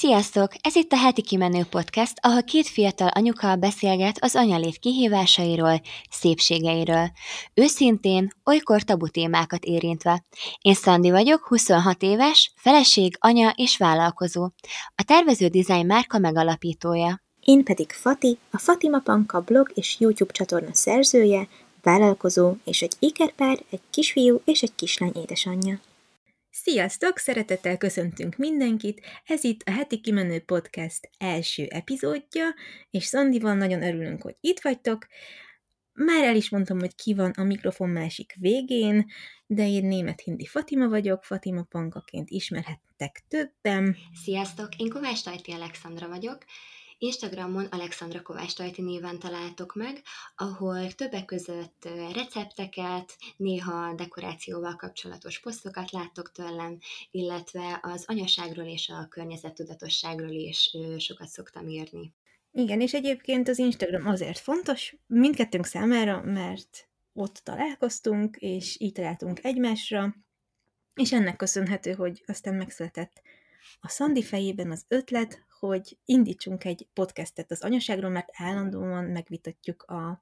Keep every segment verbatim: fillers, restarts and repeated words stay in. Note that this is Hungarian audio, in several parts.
Sziasztok! Ez itt a Heti Kimenő Podcast, ahol két fiatal anyuka beszélget az anyalét kihívásairól, szépségeiről. Őszintén, olykor tabu témákat érintve. Én Szandi vagyok, huszonhat éves, feleség, anya és vállalkozó. A Tervező Design márka megalapítója. Én pedig Fati, a Fatima Panka blog és YouTube csatorna szerzője, vállalkozó és egy ikerpár, egy kisfiú és egy kislány édesanyja. Sziasztok! Szeretettel köszöntünk mindenkit! Ez itt a Heti Kimenő Podcast első epizódja, és Szandival nagyon örülünk, hogy itt vagytok. Már el is mondtam, hogy ki van a mikrofon másik végén, de én német-hindi Fatima vagyok, Fatima Pankaként ismerhettek többen. Sziasztok! Én Kovács Tajti Alexandra vagyok. Instagramon Alexandra Kovács Tajti néven találtok meg, ahol többek között recepteket, néha dekorációval kapcsolatos posztokat láttok tőlem, illetve az anyaságról és a környezettudatosságról is sokat szoktam írni. Igen, és egyébként az Instagram azért fontos mindkettőnk számára, mert ott találkoztunk, és így találtunk egymásra, és ennek köszönhető, hogy aztán megszületett a Szandi fejében az ötlet, hogy indítsunk egy podcastet az anyaságról, mert állandóan megvitatjuk a,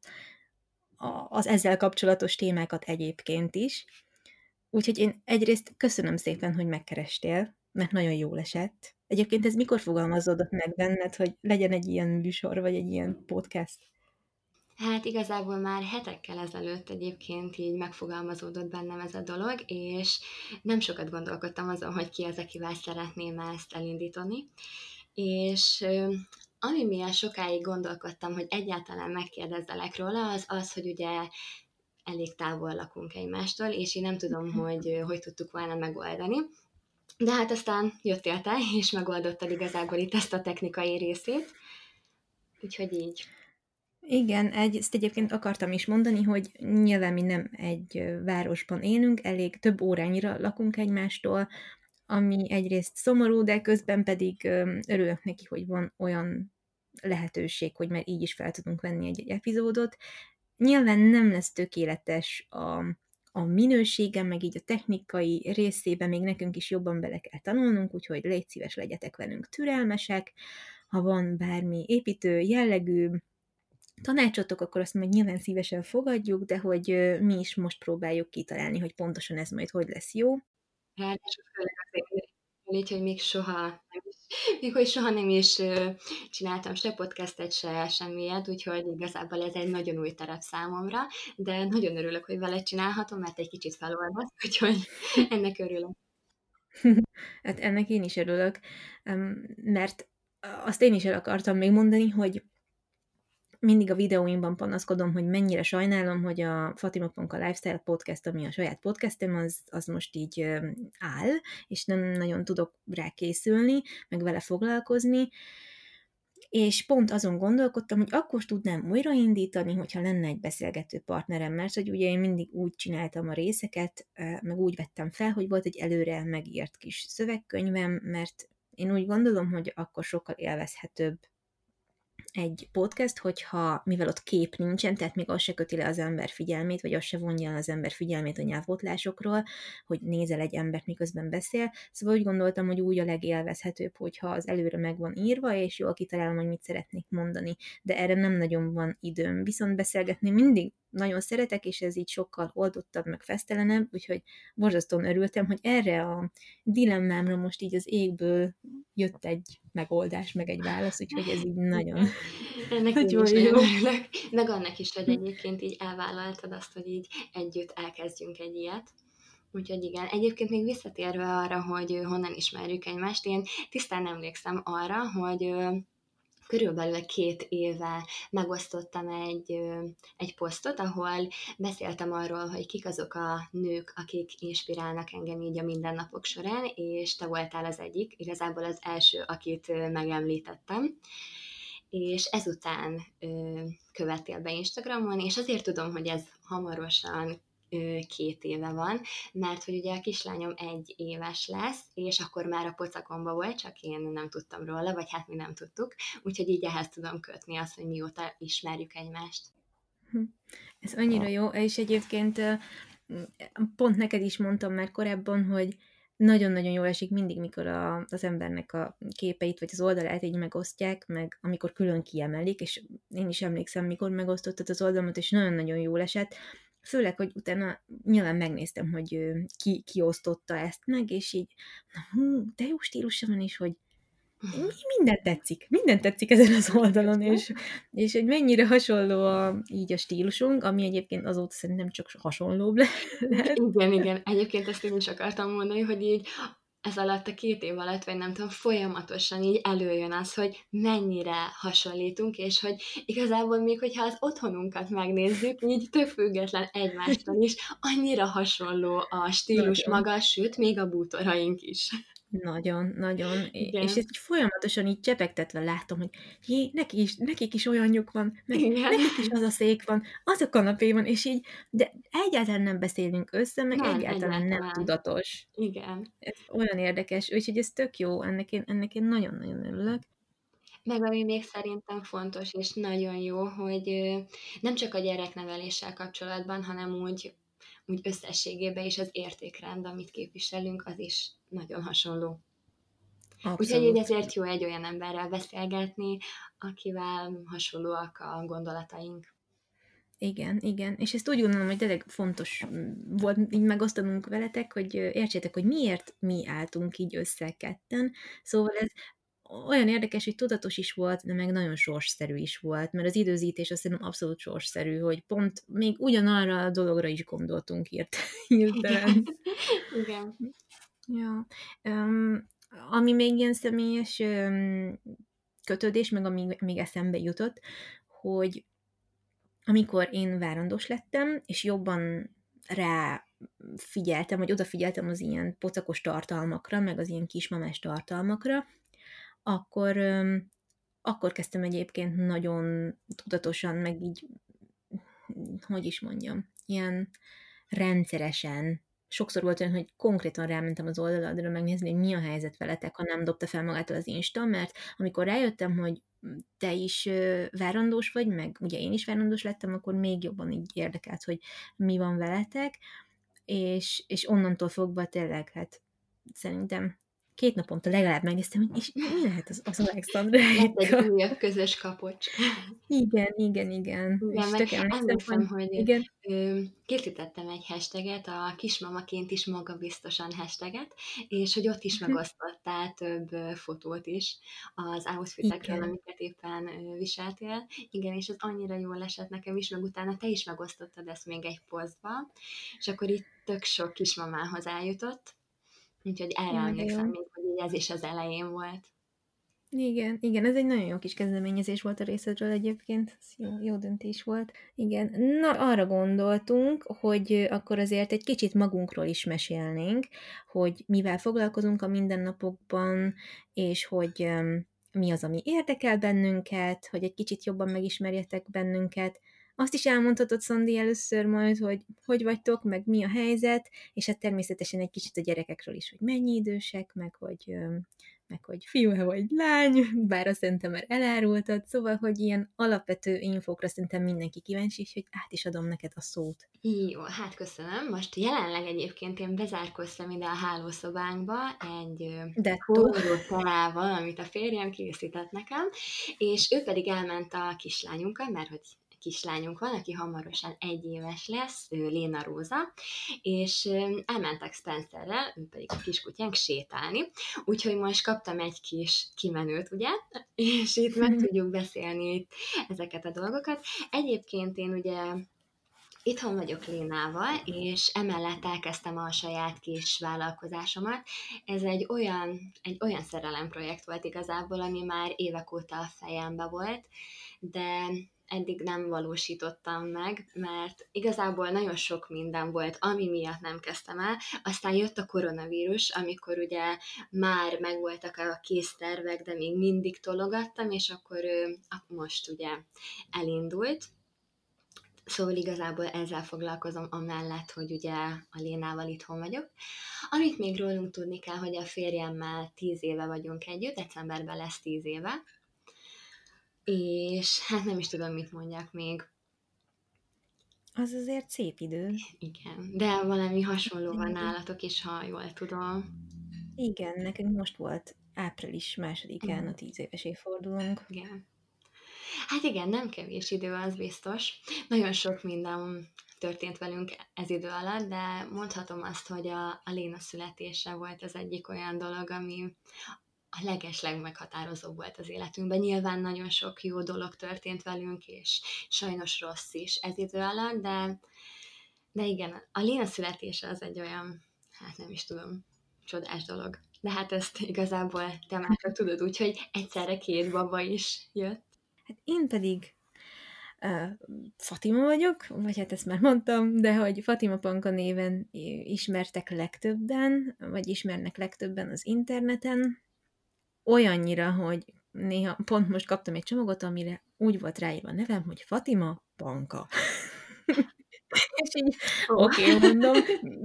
a, az ezzel kapcsolatos témákat egyébként is. Úgyhogy én egyrészt köszönöm szépen, hogy megkerestél, mert nagyon jól esett. Egyébként ez mikor fogalmazódott meg benned, hogy legyen egy ilyen műsor, vagy egy ilyen podcast? Hát igazából már hetekkel ezelőtt egyébként így megfogalmazódott bennem ez a dolog, és nem sokat gondolkodtam azon, hogy ki az, akivel szeretném ezt elindítani. És ami miatt sokáig gondolkodtam, hogy egyáltalán megkérdezzelek róla, az az, hogy ugye elég távol lakunk egymástól, és én nem tudom, hogy hogy tudtuk volna megoldani. De hát aztán jöttél te, és megoldottad igazából itt ezt a technikai részét. Úgyhogy így. Igen, egy, ezt egyébként akartam is mondani, hogy nyilván mi nem egy városban élünk, elég több órányira lakunk egymástól, ami egyrészt szomorú, de közben pedig örülök neki, hogy van olyan lehetőség, hogy már így is fel tudunk venni egy, egy epizódot. Nyilván nem lesz tökéletes a, a minősége, meg így a technikai részében még nekünk is jobban bele kell tanulnunk, úgyhogy légy szíves, legyetek velünk türelmesek. Ha van bármi építő jellegű tanácsotok, akkor azt majd nyilván szívesen fogadjuk, de hogy mi is most próbáljuk kitalálni, hogy pontosan ez majd hogy lesz jó. Ráadásul főleg azért, így, hogy még soha nem is, még hogy soha nem is csináltam se podcastet, se semmilyet, úgyhogy igazából ez egy nagyon új terep számomra, de nagyon örülök, hogy vele csinálhatom, mert egy kicsit felolvaszt, úgyhogy ennek örülök. Hát ennek én is örülök, mert azt én is el akartam még mondani, hogy mindig a videóimban panaszkodom, hogy mennyire sajnálom, hogy a Fatima Panka Lifestyle Podcast, ami a saját podcastem, az, az most így áll, és nem nagyon tudok rá készülni, meg vele foglalkozni, és pont azon gondolkodtam, hogy akkor tudnám újraindítani, hogyha lenne egy beszélgető partnerem, mert hogy ugye én mindig úgy csináltam a részeket, meg úgy vettem fel, hogy volt egy előre megírt kis szövegkönyvem, mert én úgy gondolom, hogy akkor sokkal élvezhetőbb egy podcast, hogyha, mivel ott kép nincsen, tehát még az se köti le az ember figyelmét, vagy az se vonja el az ember figyelmét a nyelvbotlásokról, hogy nézel egy embert, miközben beszél. Szóval úgy gondoltam, hogy úgy a legélvezhetőbb, hogyha az előre meg van írva, és jól kitalálom, hogy mit szeretnék mondani. De erre nem nagyon van időm. Viszont beszélgetni mindig nagyon szeretek, és ez így sokkal oldottabb, meg fesztelenebb, úgyhogy borzasztóan örültem, hogy erre a dilemmámra most így az égből jött egy megoldás, meg egy válasz, úgyhogy ez így nagyon, Ennek nagyon én is jó. örülök. Meg annak is, hogy egyébként így elvállaltad azt, hogy így együtt elkezdjünk egy ilyet. Úgyhogy igen, egyébként még visszatérve arra, hogy honnan ismerjük egymást, én tisztán emlékszem arra, hogy körülbelül két éve megosztottam egy, egy posztot, ahol beszéltem arról, hogy kik azok a nők, akik inspirálnak engem így a mindennapok során, és te voltál az egyik, igazából az első, akit megemlítettem. És ezután ö, követtél be Instagramon, és azért tudom, hogy ez hamarosan ö, két éve van, mert hogy ugye a kislányom egy éves lesz, és akkor már a pocakomba volt, csak én nem tudtam róla, vagy hát mi nem tudtuk, úgyhogy így ehhez tudom kötni azt, hogy mióta ismerjük egymást. Ez annyira jó, és egyébként pont neked is mondtam már korábban, hogy nagyon-nagyon jól esik mindig, mikor a, az embernek a képeit, vagy az oldalát így megosztják, meg amikor külön kiemelik, és én is emlékszem, mikor megosztottad az oldalamat, és nagyon-nagyon jól esett. Főleg, hogy utána nyilván megnéztem, hogy ő, ki, ki osztotta ezt meg, és így, na hú, de jó stílusa van, és hogy mi, minden tetszik, minden tetszik ezen az oldalon, és, és hogy mennyire hasonló a, így a stílusunk, ami egyébként azóta szerintem csak hasonlóbb le- lehet. Igen, igen. Egyébként ezt én is akartam mondani, hogy így ez alatt a két év alatt, vagy nem tudom, folyamatosan így előjön az, hogy mennyire hasonlítunk, és hogy igazából még, hogyha az otthonunkat megnézzük, így tök független egymástól is, annyira hasonló a stílus Nagyon. maga, sőt, még a bútoraink is. Nagyon, nagyon, és Igen. ezt így folyamatosan így csepegtetve látom, hogy jé, neki is, nekik is olyanjuk van, meg Igen. nekik is az a szék van, az a kanapé van, és így, de egyáltalán nem beszélünk össze, meg Nem, egyáltalán nem egyáltalán. tudatos. Igen. Ez olyan érdekes, úgyhogy ez tök jó, ennek én, ennek én nagyon-nagyon örülök. Meg ami még szerintem fontos és nagyon jó, hogy ö, nem csak a gyerekneveléssel kapcsolatban, hanem úgy, úgy összességében is az értékrend, amit képviselünk, az is nagyon hasonló. Úgyhogy így Abszolút. ezért jó egy olyan emberrel beszélgetni, akivel hasonlóak a gondolataink. Igen, igen, és ezt úgy gondolom, hogy tényleg fontos mm, volt így megosztanunk veletek, hogy ö, értsétek, hogy miért mi álltunk így össze ketten. Szóval ez olyan érdekes, hogy tudatos is volt, de meg nagyon sorsszerű is volt, mert az időzítés azt szerintem abszolút sorsszerű, hogy pont még ugyanarra a dologra is gondoltunk írt, Igen. hirtelen. Igen. Ja. Um, ami még ilyen személyes um, kötődés, meg ami még eszembe jutott, hogy amikor én várandós lettem, és jobban rá figyeltem, vagy odafigyeltem az ilyen pocakos tartalmakra, meg az ilyen kismamás tartalmakra, akkor, öm, akkor kezdtem egyébként nagyon tudatosan, meg így, hogy is mondjam, ilyen rendszeresen. Sokszor volt olyan, hogy konkrétan rámentem az oldaladra megnézni, hogy mi a helyzet veletek, ha nem dobta fel magától az Insta, mert amikor rájöttem, hogy te is ö, várandós vagy, meg ugye én is várandós lettem, akkor még jobban így érdekelt, hogy mi van veletek, és, és onnantól fogva tényleg, hát szerintem két naponta legalább megnéztem, hogy és mi, mi lehet az, az Lett egy Alexandráékkal. újabb közös kapocs. Igen, igen, igen. Igen, És meg tök emlékszem, hogy emlékszem, hogy igen. ö, készítettem egy hashtaget, a kismamaként is magabiztosan hashtaget, és hogy ott is megosztottál több ö, fotót is az outfitekről, Igen. amiket éppen ö, viseltél. Igen, és ez annyira jól esett nekem is, meg utána te is megosztottad ezt még egy posztba, és akkor itt tök sok kismamához eljutott, úgyhogy erre Jaj, de emlékszem jó. még, hogy így ez is az elején volt. Igen, igen, ez egy nagyon jó kis kezdeményezés volt a részedről egyébként. Ez jó, jó döntés volt. Igen. Na, arra gondoltunk, hogy akkor azért egy kicsit magunkról is mesélnénk, hogy mivel foglalkozunk a mindennapokban, és hogy um, mi az, ami érdekel bennünket, hogy egy kicsit jobban megismerjetek bennünket. Azt is elmondhatod, Szandi, először majd, hogy hogy vagytok, meg mi a helyzet, és hát természetesen egy kicsit a gyerekekről is, hogy mennyi idősek, meg hogy um, meg hogy fiú-e vagy lány, bár azt szerintem már elárultad, szóval, hogy ilyen alapvető infókra szerintem mindenki kíváncsi, és hogy át is adom neked a szót. Jó, hát köszönöm. Most jelenleg egyébként én bezárkoztam ide a hálószobánkba egy ö, Dettó. forró teával, amit a férjem készített nekem, és ő pedig elment a kislányunkkal, mert hogy kislányunk van, aki hamarosan egy éves lesz, ő Léna Róza, és ö, elmentek Spencerrel, ő pedig a kiskutyánk sétálni, úgyhogy most kaptam egy kis kimenőt, ugye, és itt meg tudjuk beszélni itt ezeket a dolgokat. Egyébként én ugye itthon vagyok Lénával, és emellett elkezdtem a saját kis vállalkozásomat. Ez egy olyan, egy olyan szerelemprojekt volt igazából, ami már évek óta a fejembe volt, de eddig nem valósítottam meg, mert igazából nagyon sok minden volt, ami miatt nem kezdtem el. Aztán jött a koronavírus, amikor ugye már megvoltak a késztervek, de még mindig tologattam, és akkor ő, most ugye elindult. Szóval igazából ezzel foglalkozom amellett, hogy ugye a Lénával itthon vagyok. Amit még rólunk tudni kell, hogy a férjemmel tíz éve vagyunk együtt, decemberben lesz tíz éve, és hát nem is tudom, mit mondjak még. Az azért szép idő. Igen, de valami hasonló van Tényleg. nálatok is, ha jól tudom. Igen, nekünk most volt április másodikán a Mhm. tíz éves évfordulónk. Igen. Hát igen, nem kevés idő, az biztos. Nagyon sok minden történt velünk ez idő alatt, de mondhatom azt, hogy a, a Léna születése volt az egyik olyan dolog, ami a legesleg meghatározó volt az életünkben. Nyilván nagyon sok jó dolog történt velünk, és sajnos rossz is ez idő alatt, de, de igen, a Léna születése az egy olyan, hát nem is tudom, csodás dolog. De hát ezt igazából te már csak tudod, úgyhogy egyszerre két baba is jött. Hát én pedig uh, Fatima vagyok, vagy hát ezt már mondtam, de hogy Fatima Panka néven ismertek legtöbben, vagy ismernek legtöbben az interneten, olyannyira, hogy néha pont most kaptam egy csomagot, amire úgy volt ráírva a nevem, hogy Fatima Panka. És így, Ó. oké, okay, mondom.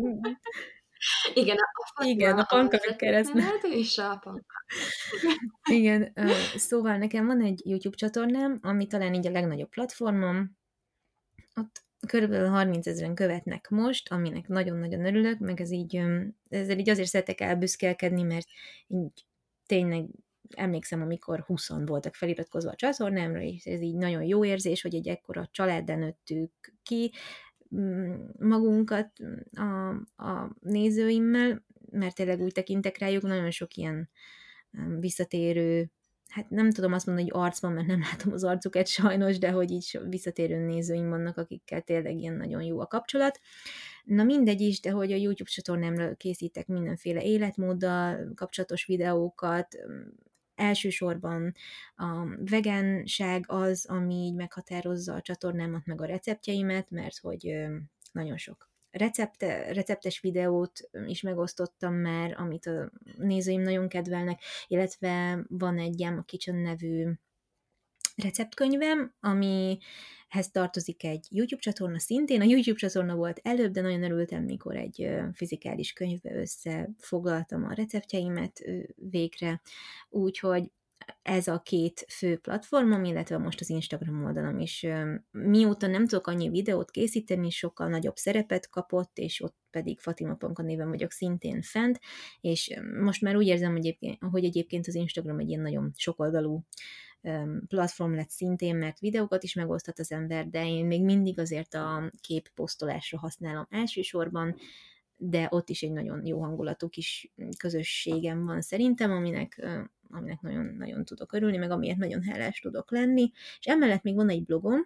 Igen, a, a Igen, Fatima a a Panka vezeték kereszt. neved, és a Panka. Igen, szóval nekem van egy YouTube csatornám, ami talán így a legnagyobb platformom. Ott körülbelül harmincezren követnek most, aminek nagyon-nagyon örülök, meg ez így, ezzel így azért szeretek elbüszkélkedni, mert így tényleg emlékszem, amikor húszan voltak feliratkozva a csatornámra, és ez így nagyon jó érzés, hogy egy ekkora családdal nőttük ki magunkat a, a nézőimmel, mert tényleg úgy tekintek rájuk, nagyon sok ilyen visszatérő, hát nem tudom azt mondani, hogy arc van, mert nem látom az arcukat sajnos, de hogy így visszatérő nézőim vannak, akikkel tényleg ilyen nagyon jó a kapcsolat. Na mindegy is, de hogy a YouTube csatornámra készítek mindenféle életmóddal kapcsolatos videókat, elsősorban a vegánság az, ami így meghatározza a csatornámat, meg a receptjeimet, mert hogy nagyon sok recepte, receptes videót is megosztottam már, amit a nézőim nagyon kedvelnek, illetve van egy Yama Kitchen nevű receptkönyvem, amihez tartozik egy YouTube csatorna szintén. A YouTube csatorna volt előbb, de nagyon örültem, mikor egy fizikális könyvbe összefoglaltam a receptjeimet végre, úgyhogy ez a két fő platformom, illetve most az Instagram oldalam is. Mióta nem tudok annyi videót készíteni, sokkal nagyobb szerepet kapott, és ott pedig Fatima Panka néven vagyok szintén fent, és most már úgy érzem, hogy egyébként, hogy egyébként az Instagram egy ilyen nagyon sokoldalú platform lett szintén, mert videókat is megosztott az ember, de én még mindig azért a képposztolásra használom elsősorban, de ott is egy nagyon jó hangulatú kis közösségem van szerintem, aminek, aminek nagyon, nagyon tudok örülni, meg amiért nagyon hálás tudok lenni. És emellett még van egy blogom,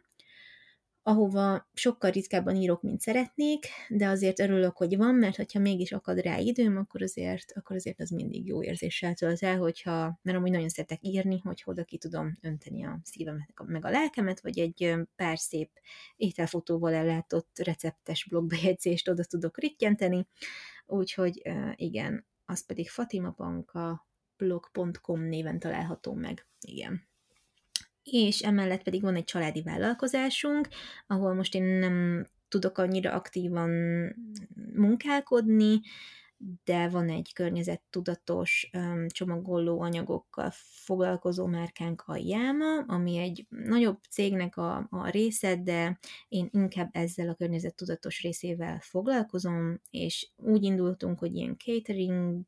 ahova sokkal ritkábban írok, mint szeretnék, de azért örülök, hogy van, mert hogyha mégis akad rá időm, akkor azért, akkor azért az mindig jó érzéssel tölt el, hogyha, mert amúgy nagyon szeretek írni, hogy oda ki tudom önteni a szívemet, meg a lelkemet, vagy egy pár szép ételfotóval ellátott receptes blogbejegyzést oda tudok rittyenteni, úgyhogy igen, az pedig fatimapankablog pont com néven található meg, igen. És emellett pedig van egy családi vállalkozásunk, ahol most én nem tudok annyira aktívan munkálkodni, de van egy környezettudatos um, csomagoló anyagokkal foglalkozó márkánk, a Jáma, ami egy nagyobb cégnek a, a része, de én inkább ezzel a környezettudatos részével foglalkozom, és úgy indultunk, hogy ilyen catering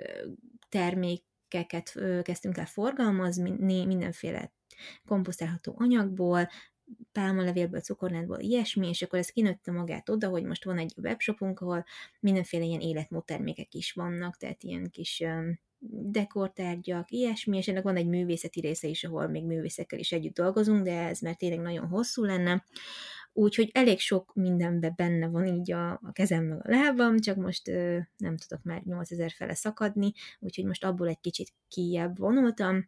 termékeket kezdtünk el forgalmazni, mindenféle komposztálható anyagból, pálmalevélből, cukornádból, ilyesmi, és akkor ez kinőtte magát oda, hogy most van egy webshopunk, ahol mindenféle ilyen életmódtermékek is vannak, tehát ilyen kis um, dekortárgyak, ilyesmi, és ennek van egy művészeti része is, ahol még művészekkel is együtt dolgozunk, de ez már tényleg nagyon hosszú lenne. Úgyhogy elég sok mindenben benne van így a, a kezem meg a lábam, csak most ö, nem tudok már nyolcezer fele szakadni, úgyhogy most abból egy kicsit kijebb vonultam,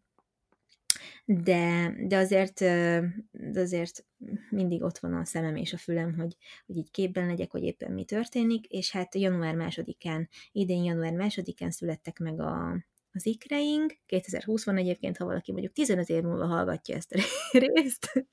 de, de azért, de azért mindig ott van a szemem és a fülem, hogy, hogy így képben legyek, hogy éppen mi történik, és hát január másodikán, idén január másodikán születtek meg a, az ikreink, kétezer-húsz van egyébként, ha valaki mondjuk tizenöt év múlva hallgatja ezt a részt.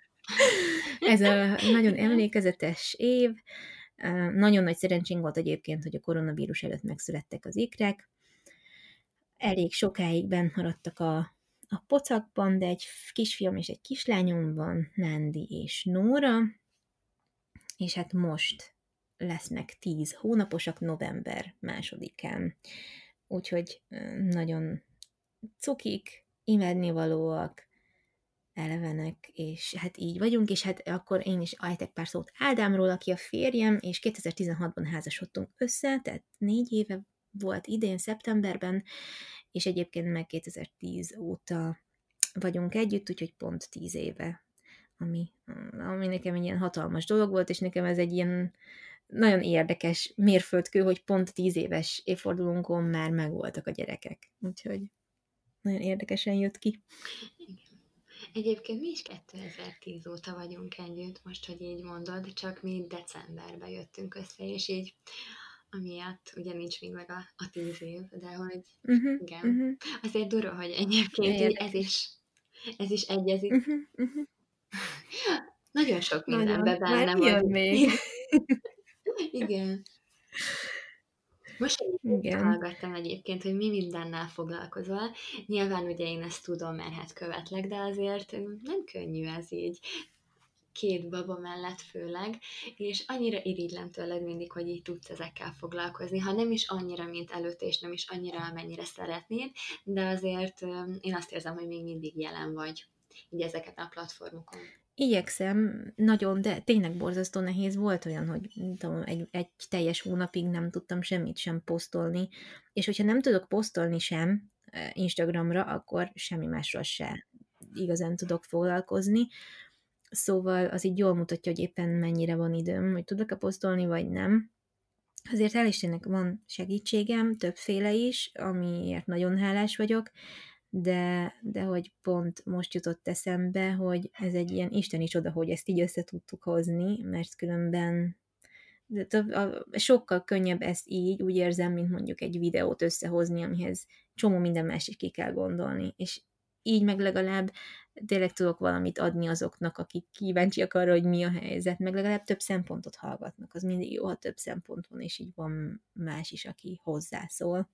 Ez a nagyon emlékezetes év. Nagyon nagy szerencsénk volt egyébként, hogy a koronavírus előtt megszülettek az ikrek. Elég sokáig bent maradtak a, a pocakban, de egy kisfiam és egy kislányom van, Nándi és Nóra, és hát most lesznek tíz hónaposak november másodikán. Úgyhogy nagyon cukik, imádnivalóak, elevenek, és hát így vagyunk, és hát akkor én is ejtek pár szót Ádámról, aki a férjem, és kétezer-tizenhatban házasodtunk össze, tehát négy éve volt idén, szeptemberben, és egyébként meg kétezer-tíz óta vagyunk együtt, úgyhogy pont tíz éve, ami, ami nekem egy ilyen hatalmas dolog volt, és nekem ez egy ilyen nagyon érdekes mérföldkő, hogy pont tíz éves évfordulónkon már megvoltak a gyerekek, úgyhogy nagyon érdekesen jött ki. Igen. Egyébként mi is kétezer-tíz óta vagyunk együtt, most, hogy így mondod, csak mi decemberben jöttünk össze, és így amiatt ugye nincs még meg a, a tíz év, de hogy Uh-huh, igen. uh-huh. Azért durva, hogy egyébként így ez Érdekes. is, ez is egyezik. Uh-huh, uh-huh. Nagyon sok mindenben Nagyon. Már benne mi jön vagyunk. még? Igen. Most Igen. hallgattam egyébként, hogy mi mindennel foglalkozol. Nyilván ugye én ezt tudom, mert hát követlek, de azért nem könnyű ez így. Két baba mellett főleg, és annyira irigylem tőled mindig, hogy így tudsz ezekkel foglalkozni, ha nem is annyira, mint előtte, és nem is annyira, amennyire szeretnéd, de azért én azt érzem, hogy még mindig jelen vagy így ezeken a platformokon. Igyekszem, nagyon, de tényleg borzasztó nehéz. Volt olyan, hogy nem tudom, egy, egy teljes hónapig nem tudtam semmit sem posztolni, és hogyha nem tudok posztolni sem Instagramra, akkor semmi másról se igazán tudok foglalkozni. Szóval az így jól mutatja, hogy éppen mennyire van időm, hogy tudok-e posztolni, vagy nem. Azért hál' Istennek van segítségem, többféle is, amiért nagyon hálás vagyok, de, de hogy pont most jutott eszembe, hogy ez egy ilyen isteni csoda, hogy ezt így össze tudtuk hozni, mert különben de több, a, sokkal könnyebb ezt így, úgy érzem, mint mondjuk egy videót összehozni, amihez csomó minden más is ki kell gondolni, és így meg legalább tényleg tudok valamit adni azoknak, akik kíváncsiak arra, hogy mi a helyzet, meg legalább több szempontot hallgatnak. Az mindig jó, ha több szempont van, és így van más is, aki hozzászól.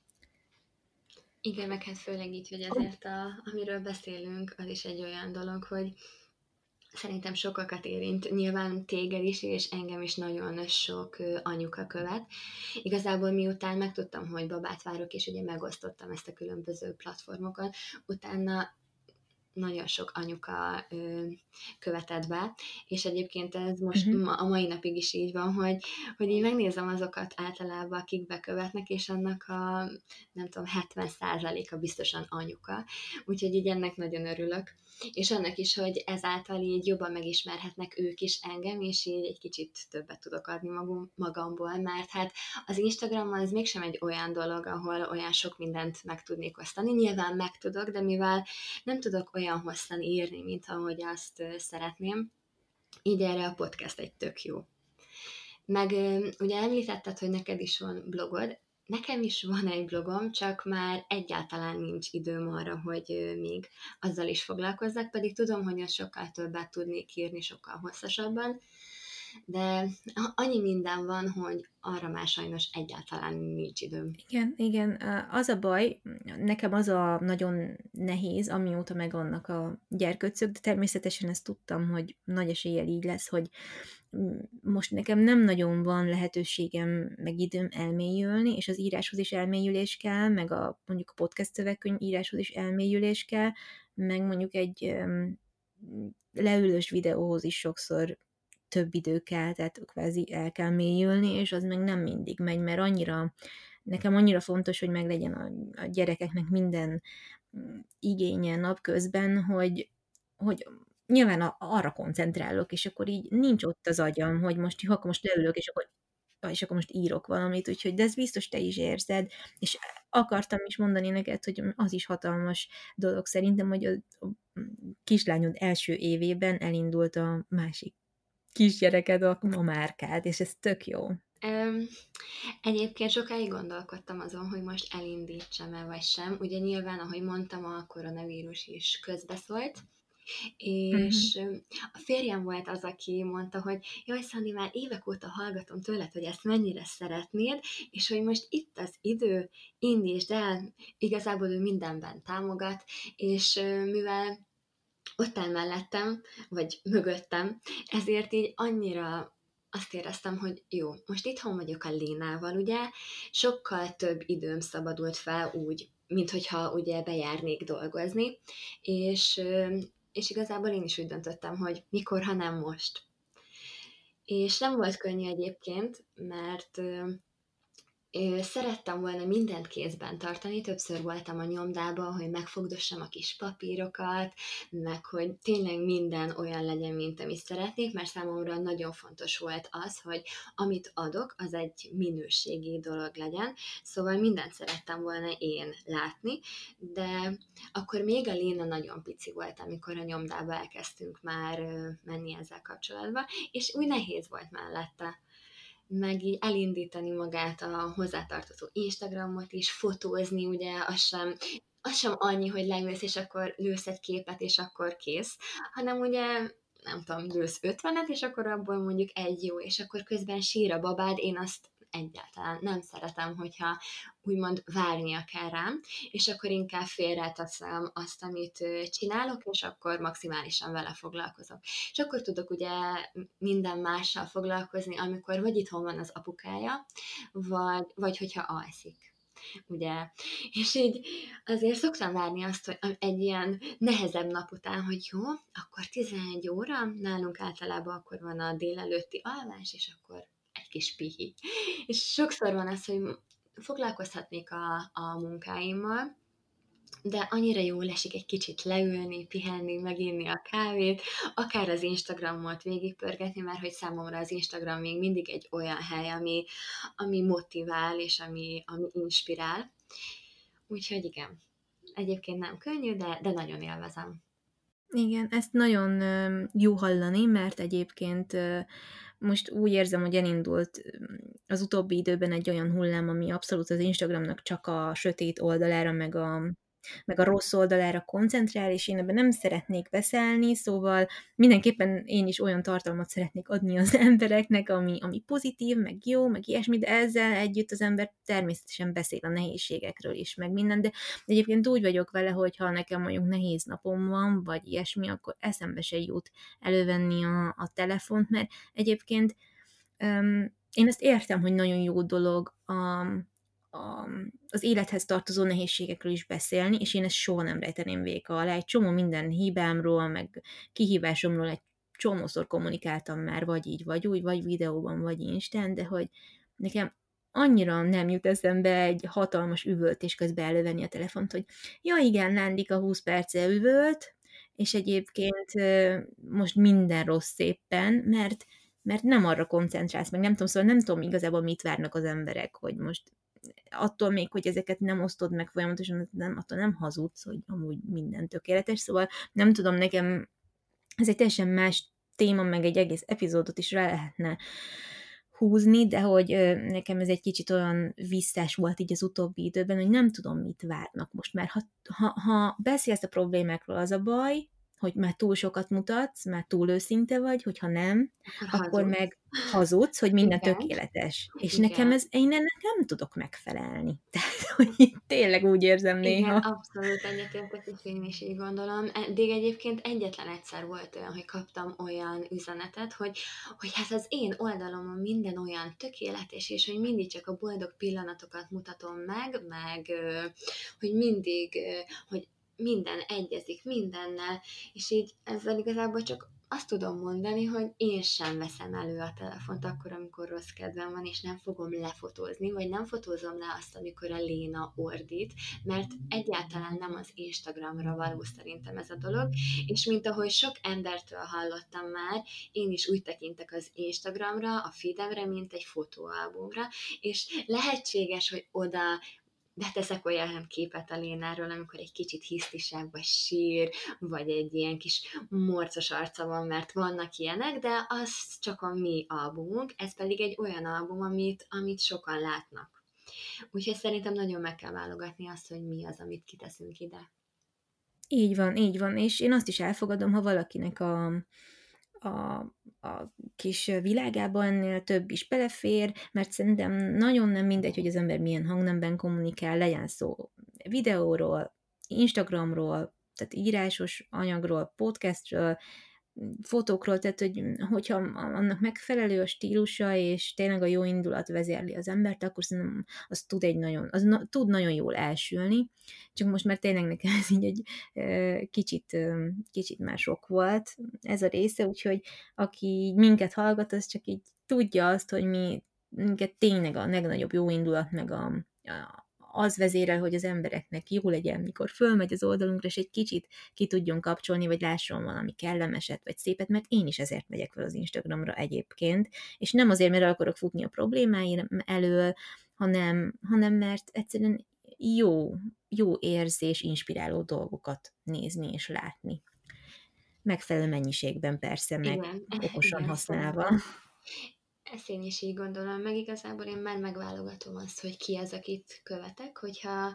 Igen, meg hát főleg így, hogy ezért, a, amiről beszélünk, az is egy olyan dolog, hogy szerintem sokakat érint, nyilván téged is, és engem is nagyon sok anyuka követ. Igazából miután megtudtam, hogy babát várok, és ugye megosztottam ezt a különböző platformokon, utána nagyon sok anyuka ö, követett be, és egyébként ez most Uh-huh. ma, a mai napig is így van, hogy, hogy így megnézem azokat általában, akik bekövetnek, és annak a, nem tudom, hetven százaléka biztosan anyuka, úgyhogy így ennek nagyon örülök. És annak is, hogy ezáltal így jobban megismerhetnek ők is engem, és így egy kicsit többet tudok adni magam, magamból, mert hát az Instagramon az mégsem egy olyan dolog, ahol olyan sok mindent meg tudnék osztani. Nyilván meg tudok, de mivel nem tudok olyan hosszan írni, mint ahogy azt szeretném, így erre a podcast egy tök jó. Meg ugye említetted, hogy neked is van blogod, nekem is van egy blogom, csak már egyáltalán nincs időm arra, hogy még azzal is foglalkozzak, pedig tudom, hogy az sokkal többet tudnék írni, sokkal hosszasabban, de annyi minden van, hogy arra már sajnos egyáltalán nincs időm. Igen, igen. Az a baj, nekem az a nagyon nehéz, amióta megvannak a gyerkőcök, de természetesen ezt tudtam, hogy nagy eséllyel így lesz, hogy most nekem nem nagyon van lehetőségem, meg időm elmélyülni, és az íráshoz is elmélyülés kell, meg a mondjuk a podcast szövegkönyv íráshoz is elmélyülés kell, meg mondjuk egy um, leülős videóhoz is sokszor több idő kell, tehát kvázi el kell mélyülni, és az meg nem mindig megy, mert annyira, nekem annyira fontos, hogy meglegyen a, a gyerekeknek minden igénye napközben, hogy, hogy nyilván a, arra koncentrálok, és akkor így nincs ott az agyam, hogy most, ha akkor most leülök, és akkor, és akkor most írok valamit, úgyhogy de ez biztos te is érzed, és akartam is mondani neked, hogy az is hatalmas dolog szerintem, hogy a, a kislányod első évében elindult a másik kisgyereked a, a márkád, és ez tök jó. Um, egyébként sokáig gondolkodtam azon, hogy most elindítsam-e vagy sem. Ugye nyilván, ahogy mondtam, a koronavírus is közbeszólt, és Uh-huh. a férjem volt az, aki mondta, hogy jaj, Szandi, már évek óta hallgatom tőled, hogy ezt mennyire szeretnéd, és hogy most itt az idő, indítsd el, igazából ő mindenben támogat, és mivel ott áll mellettem, vagy mögöttem, ezért így annyira azt éreztem, hogy jó, most itthon vagyok a Lénával, ugye, sokkal több időm szabadult fel úgy, mint hogyha ugye bejárnék dolgozni, és, ö, és igazából én is úgy döntöttem, hogy mikor, ha nem most. És nem volt könnyű egyébként, mert ö, Ö, szerettem volna mindent kézben tartani, többször voltam a nyomdában, hogy megfogdossam a kis papírokat, meg hogy tényleg minden olyan legyen, mint amit szeretnék, mert számomra nagyon fontos volt az, hogy amit adok, az egy minőségi dolog legyen, szóval mindent szerettem volna én látni, de akkor még a Léna nagyon pici volt, amikor a nyomdába elkezdtünk már ö, menni ezzel kapcsolatba, és úgy nehéz volt mellette meg így elindítani magát a hozzátartozó Instagramot is, fotózni, ugye az sem, az sem annyi, hogy leülsz, és akkor lősz egy képet, és akkor kész, hanem ugye nem tudom, lősz ötvenet, és akkor abból mondjuk egy jó, és akkor közben sír a babád, én azt egyáltalán nem szeretem, hogyha úgymond várnia kell rám, és akkor inkább félreteszem azt, amit csinálok, és akkor maximálisan vele foglalkozok. És akkor tudok ugye minden mással foglalkozni, amikor vagy itthon van az apukája, vagy, vagy hogyha alszik. Ugye? És így azért szoktam várni azt, hogy egy ilyen nehezebb nap után, hogy jó, akkor tizenegy óra, nálunk általában akkor van a délelőtti alvás, és akkor egy kis pihi. És sokszor van az, hogy foglalkozhatnék a, a munkáimmal, de annyira jól esik egy kicsit leülni, pihenni, meginni a kávét, akár az Instagramot végigpörgetni, mert hogy számomra az Instagram még mindig egy olyan hely, ami, ami motivál, és ami, ami inspirál. Úgyhogy igen, egyébként nem könnyű, de, de nagyon élvezem. Igen, ezt nagyon ö, jó hallani, mert egyébként ö, most úgy érzem, hogy elindult ö, az utóbbi időben egy olyan hullám, ami abszolút az Instagramnak csak a sötét oldalára, meg a, meg a rossz oldalára koncentrál, és én ebben nem szeretnék beszállni, szóval mindenképpen én is olyan tartalmat szeretnék adni az embereknek, ami, ami pozitív, meg jó, meg ilyesmi, de ezzel együtt az ember természetesen beszél a nehézségekről is, meg minden, de egyébként úgy vagyok vele, hogy ha nekem mondjuk nehéz napom van, vagy ilyesmi, akkor eszembe se jut elővenni a, a telefont, mert egyébként um, én ezt értem, hogy nagyon jó dolog a, a, az élethez tartozó nehézségekről is beszélni, és én ezt soha nem rejteném véka alá. Egy csomó minden hibámról, meg kihívásomról egy csomószor kommunikáltam már, vagy így, vagy úgy, vagy videóban, vagy Instán, de hogy nekem annyira nem jut eszembe egy hatalmas üvöltés közben elővenni a telefont, hogy ja igen, Nándika húsz perce üvölt, és egyébként most minden rossz éppen, mert, mert nem arra koncentrálsz, meg nem tudom, szóval nem tudom igazából mit várnak az emberek, hogy most attól még, hogy ezeket nem osztod meg folyamatosan, nem, attól nem hazudsz, hogy amúgy minden tökéletes, szóval nem tudom, nekem ez egy teljesen más téma, meg egy egész epizódot is rá lehetne húzni, de hogy nekem ez egy kicsit olyan visszás volt így az utóbbi időben, hogy nem tudom, mit várnak most, mert ha, ha, ha beszélsz a problémákról, az a baj, hogy már túl sokat mutatsz, már túl őszinte vagy, hogyha nem, Akkor akkor hazudsz. meg hazudsz, hogy minden Igen, tökéletes. És nekem igen. ez, én ennek nem tudok megfelelni. Tehát, hogy így tényleg úgy érzem Igen, néha. abszolút egyetértek, és én is így gondolom. Eddig egyébként egyetlen egyszer volt olyan, hogy kaptam olyan üzenetet, hogy, hogy hát az én oldalomon minden olyan tökéletes, és hogy mindig csak a boldog pillanatokat mutatom meg, meg ö, hogy mindig, ö, hogy minden egyezik mindennel, és így ezzel igazából csak azt tudom mondani, hogy én sem veszem elő a telefont akkor, amikor rossz kedvem van, és nem fogom lefotózni, vagy nem fotózom le azt, amikor a Léna ordít, mert egyáltalán nem az Instagramra való szerintem ez a dolog, és mint ahogy sok embertől hallottam már, én is úgy tekintek az Instagramra, a feedemre, mint egy fotóalbumra, és lehetséges, hogy oda beteszek olyan képet a Lénáról, amikor egy kicsit hisztisebb, vagy sír, vagy egy ilyen kis morcos arca van, mert vannak ilyenek, de az csak a mi albumunk, ez pedig egy olyan album, amit, amit sokan látnak. Úgyhogy szerintem nagyon meg kell válogatni azt, hogy mi az, amit kiteszünk ide. Így van, így van, és én azt is elfogadom, ha valakinek a, a, a kis világában ennél több is belefér, mert szerintem nagyon nem mindegy, hogy az ember milyen hangnemben kommunikál, legyen szó videóról, Instagramról, tehát írásos anyagról, podcastről, fotókról, tehát hogy hogyha annak megfelelő a stílusa, és tényleg a jó indulat vezérli az embert, akkor szerintem az tud egy nagyon, az na, tud nagyon jól elsülni, csak most már tényleg nekem ez így egy kicsit, kicsit már sok volt ez a része, úgyhogy aki minket hallgat, az csak így tudja azt, hogy mi minket tényleg a legnagyobb jó indulat, meg a, a az vezérel, hogy az embereknek jó legyen, mikor fölmegy az oldalunkra, és egy kicsit ki tudjon kapcsolni, vagy lásson valami kellemeset, vagy szépet, mert én is ezért megyek fel az Instagramra egyébként, és nem azért, mert el akarok futni a problémáim elől, hanem, hanem mert egyszerűen jó, jó érzés, inspiráló dolgokat nézni és látni. Megfelelő mennyiségben persze, meg Igen, okosan igen, használva. szerintem ezt én is így gondolom, meg igazából én már megválogatom azt, hogy ki az, akit követek, hogyha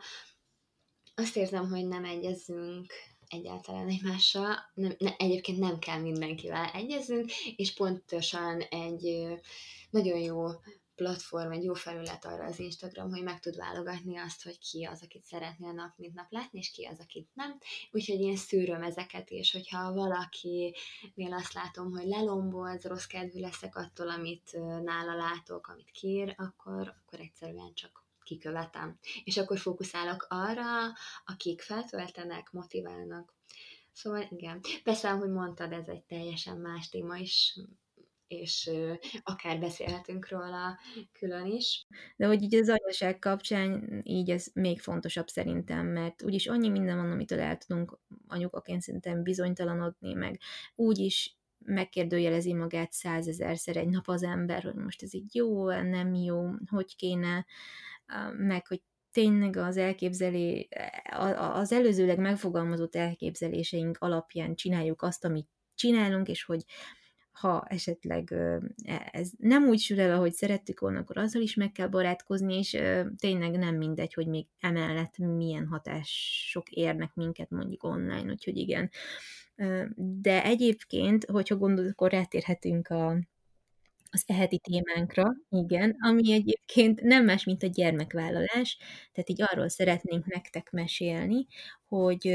azt érzem, hogy nem egyezünk egyáltalán egymással, nem, ne, egyébként nem kell mindenkivel egyezzünk, és pontosan egy nagyon jó platform, egy jó felület arra az Instagram, hogy meg tud válogatni azt, hogy ki az, akit szeretnél nap mint nap látni, és ki az, akit nem. Úgyhogy én szűröm ezeket, és hogyha valakinél azt látom, hogy lelombolz, rossz kedvű leszek attól, amit nála látok, amit kér, akkor, akkor egyszerűen csak kikövetem. És akkor fókuszálok arra, akik feltöltenek, motiválnak. Szóval igen. Persze, ahogy mondtad, ez egy teljesen más téma is, és akár beszélhetünk róla külön is. De hogy így az anyaság kapcsán így ez még fontosabb szerintem, mert úgyis annyi minden van, amitől el tudunk anyukaként szerintem bizonytalanodni, meg úgyis megkérdőjelezi magát százezerszer egy nap az ember, hogy most ez így jó, nem jó, hogy kéne, meg hogy tényleg az elképzelé, az előzőleg megfogalmazott elképzeléseink alapján csináljuk azt, amit csinálunk, és hogy ha esetleg ez nem úgy sül el, ahogy szerettük volna, akkor azzal is meg kell barátkozni, és tényleg nem mindegy, hogy még emellett milyen hatások érnek minket mondjuk online, úgyhogy igen. De egyébként, hogyha gondolod, akkor rátérhetünk a, az eheti témánkra, igen, ami egyébként nem más, mint a gyermekvállalás, tehát így arról szeretnénk nektek mesélni, hogy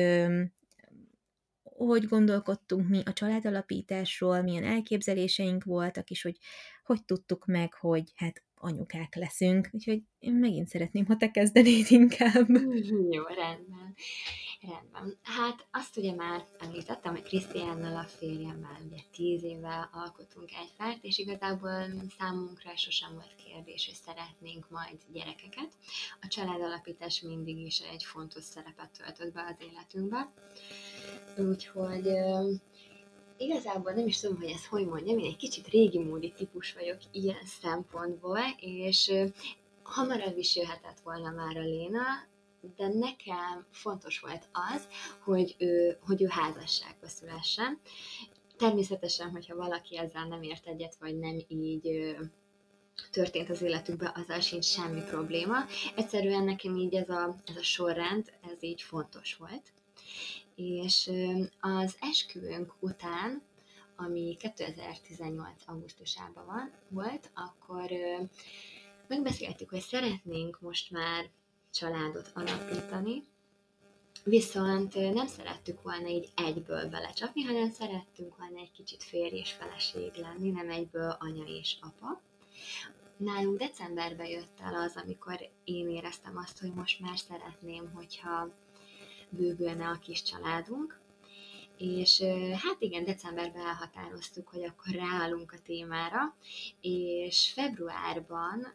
hogy gondolkodtunk mi a családalapításról, milyen elképzeléseink voltak, és hogy hogy tudtuk meg, hogy hát anyukák leszünk. Úgyhogy én megint szeretném, ha te kezdenéd inkább. Jó, rendben. Rendben. Hát azt ugye már említettem, hogy Krisztiánnal, a férjemmel ugye tíz éve alkotunk egy párt, és igazából számunkra sosem volt kérdés, hogy szeretnénk majd gyerekeket. A családalapítás mindig is egy fontos szerepet töltött be az életünkbe. Úgyhogy igazából nem is tudom, hogy ezt hogy mondjam, én egy kicsit régi módi típus vagyok ilyen szempontból, és hamarabb is jöhetett volna már a Léna, de nekem fontos volt az, hogy ő, hogy ő házasságba szülessen. Természetesen, hogyha valaki ezzel nem ért egyet, vagy nem így történt az életükben, azzal sincs semmi probléma. Egyszerűen nekem így ez a, ez a sorrend, ez így fontos volt. És az esküvőnk után, ami kétezer-tizennyolc augusztusában van, volt, akkor megbeszéltük, hogy szeretnénk most már családot alapítani, viszont nem szerettük volna így egyből belecsapni, hanem szerettünk volna egy kicsit férj és feleség lenni, nem egyből anya és apa. Nálunk decemberben jött el az, amikor én éreztem azt, hogy most már szeretném, hogyha bővülne a kis családunk, és hát igen, decemberben elhatároztuk, hogy akkor ráállunk a témára, és februárban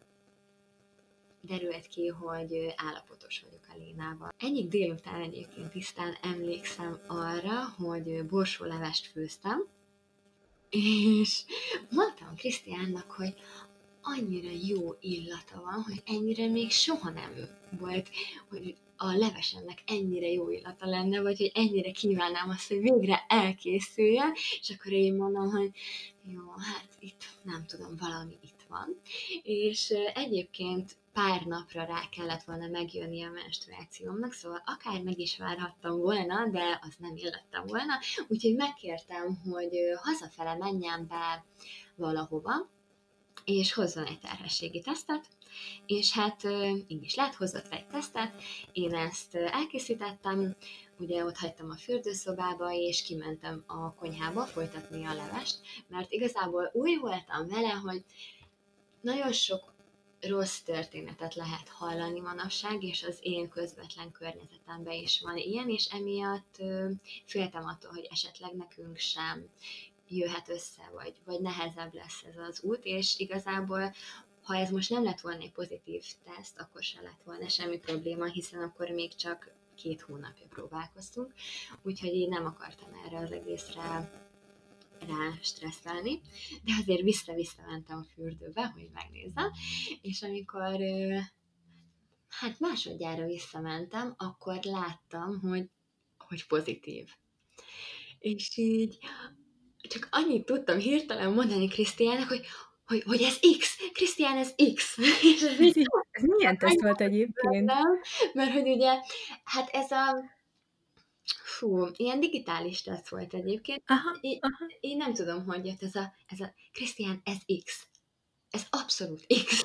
derült ki, hogy állapotos vagyok a Lénával. Egyik délután egyébként tisztán emlékszem arra, hogy borsólevest főztem, és mondtam Krisztiánnak, hogy annyira jó illata van, hogy ennyire még soha nem volt, hogy a levesemnek ennyire jó illata lenne, vagy hogy ennyire kívánnám azt, hogy végre elkészüljen, és akkor én mondom, hogy jó, hát itt nem tudom, valami itt van. És egyébként pár napra rá kellett volna megjönni a menstruációmnak, szóval akár meg is várhattam volna, de az nem illettem volna, úgyhogy megkértem, hogy hazafele menjem be valahova, és hozzon egy terhességi tesztet, és hát így is lett, hozott egy tesztet, én ezt elkészítettem, ugye ott hagytam a fürdőszobába, és kimentem a konyhába folytatni a levest, mert igazából úgy voltam vele, hogy nagyon sok rossz történetet lehet hallani manapság, és az én közvetlen környezetemben is van ilyen, és emiatt ö, féltem attól, hogy esetleg nekünk sem jöhet össze, vagy, vagy nehezebb lesz ez az út, és igazából ha ez most nem lett volna egy pozitív teszt, akkor se lett volna semmi probléma, hiszen akkor még csak két hónapja próbálkoztunk, úgyhogy én nem akartam erre az egészre rá stresszelni, de azért vissza-vissza mentem a fürdőbe, hogy megnézzem, és amikor hát másodjára visszamentem, akkor láttam, hogy, hogy pozitív. És így csak annyit tudtam hirtelen mondani Krisztiának, hogy, hogy, hogy ez X, Krisztián, ez X. És ez Ez, így így, ez milyen teszt volt egyébként? bennem, mert hogy ugye, hát ez a fú, ilyen digitális teszt volt egyébként. Aha, Én, aha. én nem tudom, hogy jött ez a, ez a Krisztián, ez X. Ez abszolút X.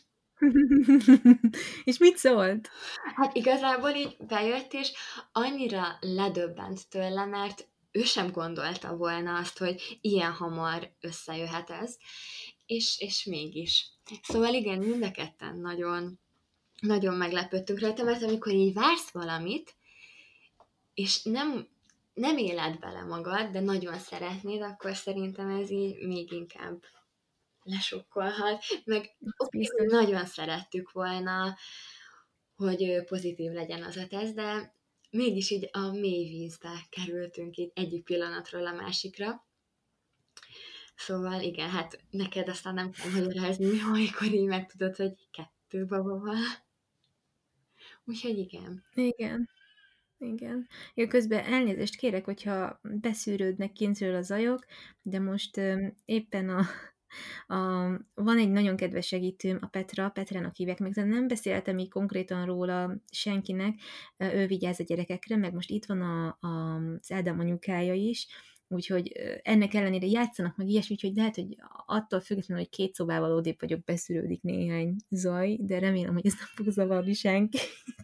És mit szólt? Hát igazából így bejött, és annyira ledöbbent tőle, mert ő sem gondolta volna azt, hogy ilyen hamar összejöhet ez, és, és mégis. Szóval igen, mind a ketten nagyon, nagyon meglepődtünk rajta, mert amikor így vársz valamit, és nem, nem éled bele magad, de nagyon szeretnéd, akkor szerintem ez így még inkább lesokkolhat, meg oké, hogy Biztos. nagyon szerettük volna, hogy pozitív legyen az a teszt, de mégis így a mély vízbe kerültünk így egyik pillanatról a másikra. Szóval igen, hát neked aztán nem kell magyarázni, amikor így megtudod, hogy kettő baba van. Úgyhogy igen. Igen. Igen. Én közben elnézést kérek, hogyha beszűrődnek kintről a zajok, de most um, éppen a, a, van egy nagyon kedves segítőm, a Petra, Petrának hívják meg, de nem beszéltem így konkrétan róla senkinek, ő vigyáz a gyerekekre, meg most itt van a, a, az Ádám anyukája is, úgyhogy ennek ellenére játszanak meg ilyesmi, úgyhogy lehet, hogy attól függetlenül, hogy két szobával odébb vagyok, beszűrődik néhány zaj, de remélem, hogy ez nem fog zavarni senkit.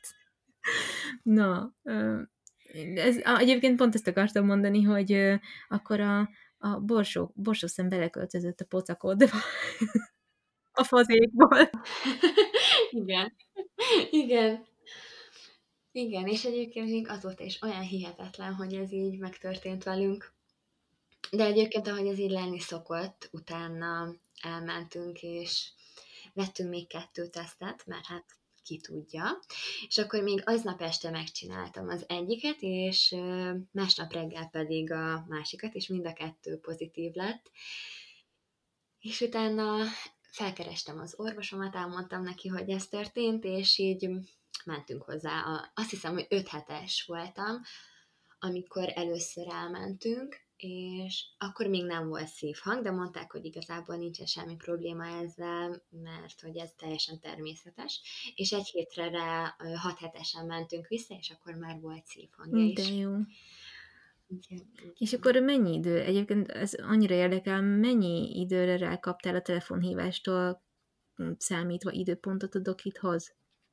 Na, ez, egyébként pont ezt akartam mondani, hogy akkor a, a borsó, borsószem beleköltözött a pocakodba a fazékból. Igen. Igen. Igen, és egyébként még azóta is olyan hihetetlen, hogy ez így megtörtént velünk. De egyébként, ahogy ez így lenni szokott, utána elmentünk, és vettünk még kettő tesztet, mert hát ki tudja. És akkor még aznap este megcsináltam az egyiket, és másnap reggel pedig a másikat, és mind a kettő pozitív lett. És utána felkerestem az orvosomat, elmondtam neki, hogy ez történt, és így mentünk hozzá. A, azt hiszem, hogy öt hetes voltam, amikor először elmentünk, és akkor még nem volt szívhang, de mondták, hogy igazából nincsen semmi probléma ezzel, mert hogy ez teljesen természetes, és egy hétre rá hat hetesen mentünk vissza, és akkor már volt szívhangja De is. jó. Igen, igen. És akkor mennyi idő? Egyébként ez annyira érdekel, mennyi időre rákaptál a telefonhívástól számítva időpontot a dokithoz?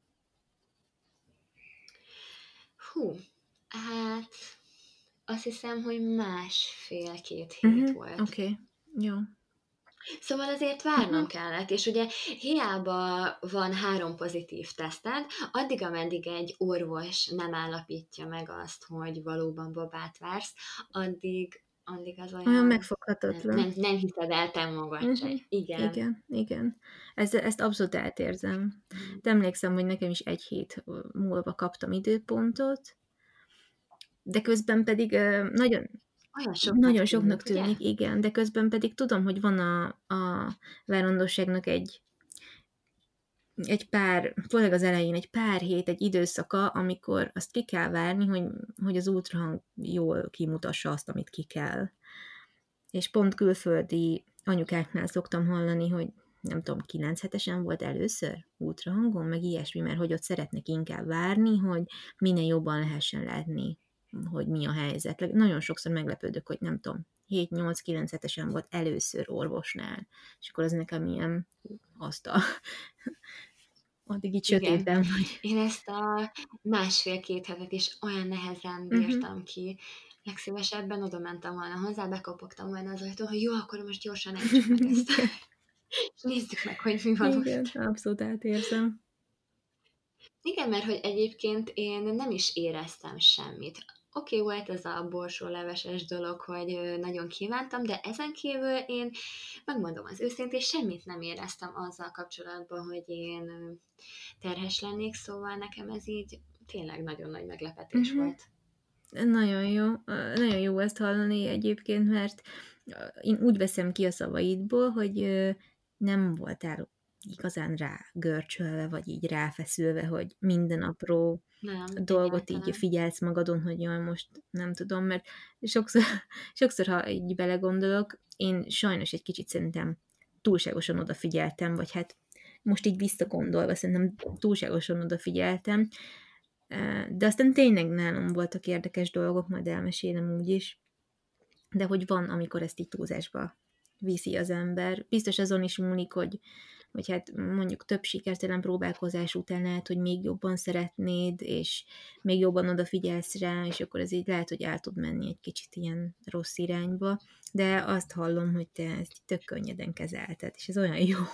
Hú, hát azt hiszem, hogy másfél-két hét Uh-huh, volt. Oké, okay. Jó. Szóval azért várnom Uh-huh. kellett, és ugye hiába van három pozitív teszted, addig, ameddig egy orvos nem állapítja meg azt, hogy valóban babát vársz, addig, addig az olyan, Olyan nem, megfoghatatlan. nem, nem hiszed el te magad Uh-huh. se. Igen. Igen, igen. Ezt, ezt abszolút átérzem. De emlékszem, hogy nekem is egy hét múlva kaptam időpontot, de közben pedig uh, nagyon, Olyan soknak nagyon tűnik, soknak ugye? tűnik, igen, de közben pedig tudom, hogy van a, a várandóságnak egy egy pár, főleg az elején egy pár hét, egy időszaka, amikor azt ki kell várni, hogy, hogy az ultrahang jól kimutassa azt, amit ki kell. És pont külföldi anyukáknál szoktam hallani, hogy nem tudom, kilenc hetesen volt először ultrahangon, meg ilyesmi, mert hogy ott szeretnek inkább várni, hogy minél jobban lehessen látni, hogy mi a helyzet. Nagyon sokszor meglepődök, hogy nem tudom, hét-nyolc-kilenc hetesen volt először orvosnál, és akkor az nekem ilyen azt a addig így Igen. sötétben vagy. Én ezt a másfél-két hetet is olyan nehezen Uh-huh. bírtam ki. Legszívesebben oda mentem volna hozzá, bekopogtam volna az ajtón, hogy jó, akkor most gyorsan ejtsük meg ezt. Igen. És nézzük meg, hogy mi van Igen, most. abszolút átérzem. Igen, mert hogy egyébként én nem is éreztem semmit. Oké, okay, volt ez a borsóleveses dolog, hogy ö, nagyon kívántam, de ezen kívül én, megmondom az őszintén, semmit nem éreztem azzal kapcsolatban, hogy én ö, terhes lennék, szóval nekem ez így tényleg nagyon nagy meglepetés Uh-huh. volt. Nagyon jó. Ö, Nagyon jó ezt hallani egyébként, mert ö, én úgy veszem ki a szavaidból, hogy ö, nem voltál igazán rá görcsölve, vagy így ráfeszülve, hogy minden apró Nem, dolgot így egyáltalán. figyelsz magadon, hogy jaj, most nem tudom, mert sokszor, sokszor, ha így belegondolok, én sajnos egy kicsit szerintem túlságosan odafigyeltem, vagy hát most így visszagondolva szerintem túlságosan odafigyeltem, de aztán tényleg nálam voltak érdekes dolgok, majd elmesélem úgyis, de hogy van, amikor ezt így túlzásba viszi az ember. Biztos azon is múlik, hogy, hogy hát mondjuk több sikertelen próbálkozás után lehet, hogy még jobban szeretnéd, és még jobban odafigyelsz rá, és akkor ez így lehet, hogy el tud menni egy kicsit ilyen rossz irányba, de azt hallom, hogy te ezt tök könnyeden kezelted, és ez olyan jó.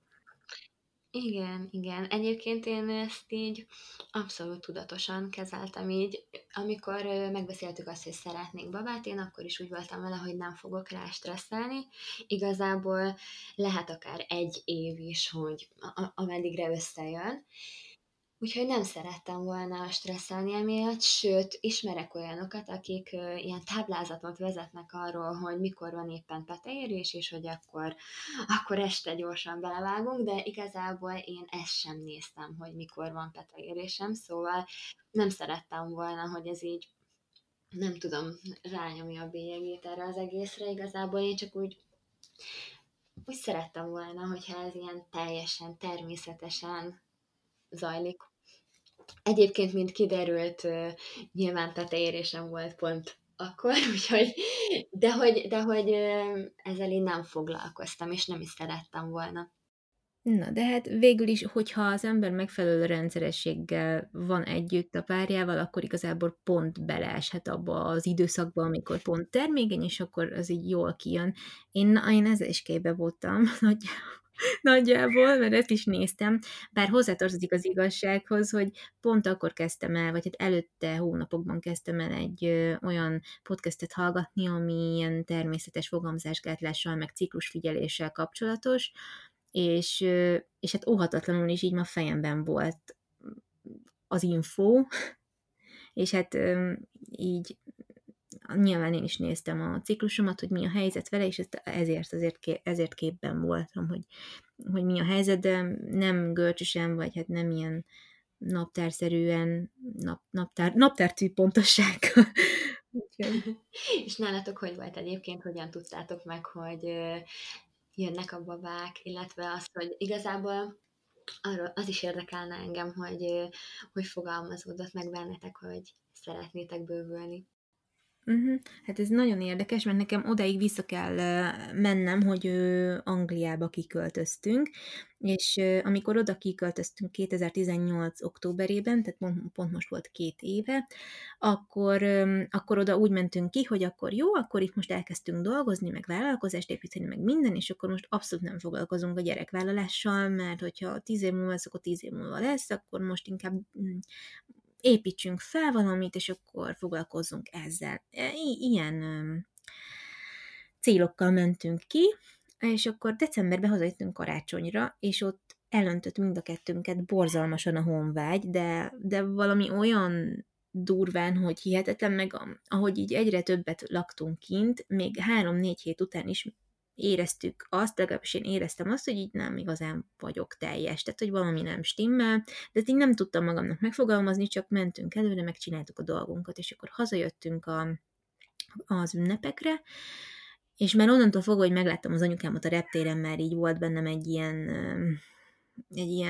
Igen, igen. Egyébként én ezt így abszolút tudatosan kezeltem így. Amikor ö, megbeszéltük azt, hogy szeretnék babát, én akkor is úgy voltam vele, hogy nem fogok rá stresszelni. Igazából lehet akár egy év is, hogy a- a- ameddigre összejön. Úgyhogy nem szerettem volna stresszelni emiatt, sőt, ismerek olyanokat, akik ö, ilyen táblázatot vezetnek arról, hogy mikor van éppen peteérés, és hogy akkor, akkor este gyorsan belevágunk, de igazából én ezt sem néztem, hogy mikor van peteérésem, szóval nem szerettem volna, hogy ez így, nem tudom, rányomja a bélyegét erre az egészre, igazából én csak úgy, úgy szerettem volna, hogyha ez ilyen teljesen természetesen zajlik. Egyébként, mint kiderült, ö, nyilván teteérésem volt pont akkor, úgyhogy, de hogy, de hogy ö, ezzel én nem foglalkoztam, és nem is szerettem volna. Na, de hát végül is, hogyha az ember megfelelő rendszerességgel van együtt a párjával, akkor igazából pont beleeshet abba az időszakba, amikor pont termékeny, és akkor az így jól kijön. Én, én ezzel is képbe voltam nagy, nagyjából, mert ezt is néztem, bár hozzátartozik az igazsághoz, hogy pont akkor kezdtem el, vagy hát előtte hónapokban kezdtem el egy ö, olyan podcastet hallgatni, ami ilyen természetes fogamzásgátlással, meg ciklusfigyeléssel kapcsolatos, és, ö, és hát óhatatlanul is így ma fejemben volt az info, és hát ö, így nyilván én is néztem a ciklusomat, hogy mi a helyzet vele, és ezt ezért, azért, ké- ezért képben voltam, hogy, hogy mi a helyzet, de nem görcsösen, vagy hát nem ilyen naptárszerűen, nap, naptár, naptártű pontossággal. Úgyhogy. És nálatok hogy volt egyébként, hogyan tudtátok meg, hogy ö, jönnek a babák, illetve azt, hogy igazából arról az is érdekelne engem, hogy ö, hogy fogalmazódott meg bennetek, hogy szeretnétek bővülni. Uh-huh. Hát ez nagyon érdekes, mert nekem odáig vissza kell ö, mennem, hogy ö, Angliába kiköltöztünk, és ö, amikor oda kiköltöztünk kétezer-tizennyolc októberében, tehát pont, pont most volt két éve, akkor, ö, akkor oda úgy mentünk ki, hogy akkor jó, akkor itt most elkezdtünk dolgozni, meg vállalkozást építeni, meg minden, és akkor most abszolút nem foglalkozunk a gyerekvállalással, mert hogyha tíz év múlva lesz, akkor tíz év múlva lesz, akkor most inkább mm, építsünk fel valamit, és akkor foglalkozzunk ezzel. E, I- ilyen öm, célokkal mentünk ki, és akkor decemberben hazajöttünk karácsonyra, és ott elöntött mind a kettőnket borzalmasan a honvágy, de, de valami olyan durván, hogy hihetetlen, meg a- ahogy így egyre többet laktunk kint, még három-négy hét után is éreztük azt, legalábbis én éreztem azt, hogy így nem igazán vagyok teljes, tehát hogy valami nem stimmel, de ezt így nem tudtam magamnak megfogalmazni, csak mentünk előre, megcsináltuk a dolgunkat, és akkor hazajöttünk a, az ünnepekre, és már onnantól fogva, hogy megláttam az anyukámat a reptéren, már így volt bennem egy ilyen, ö, egy ilyen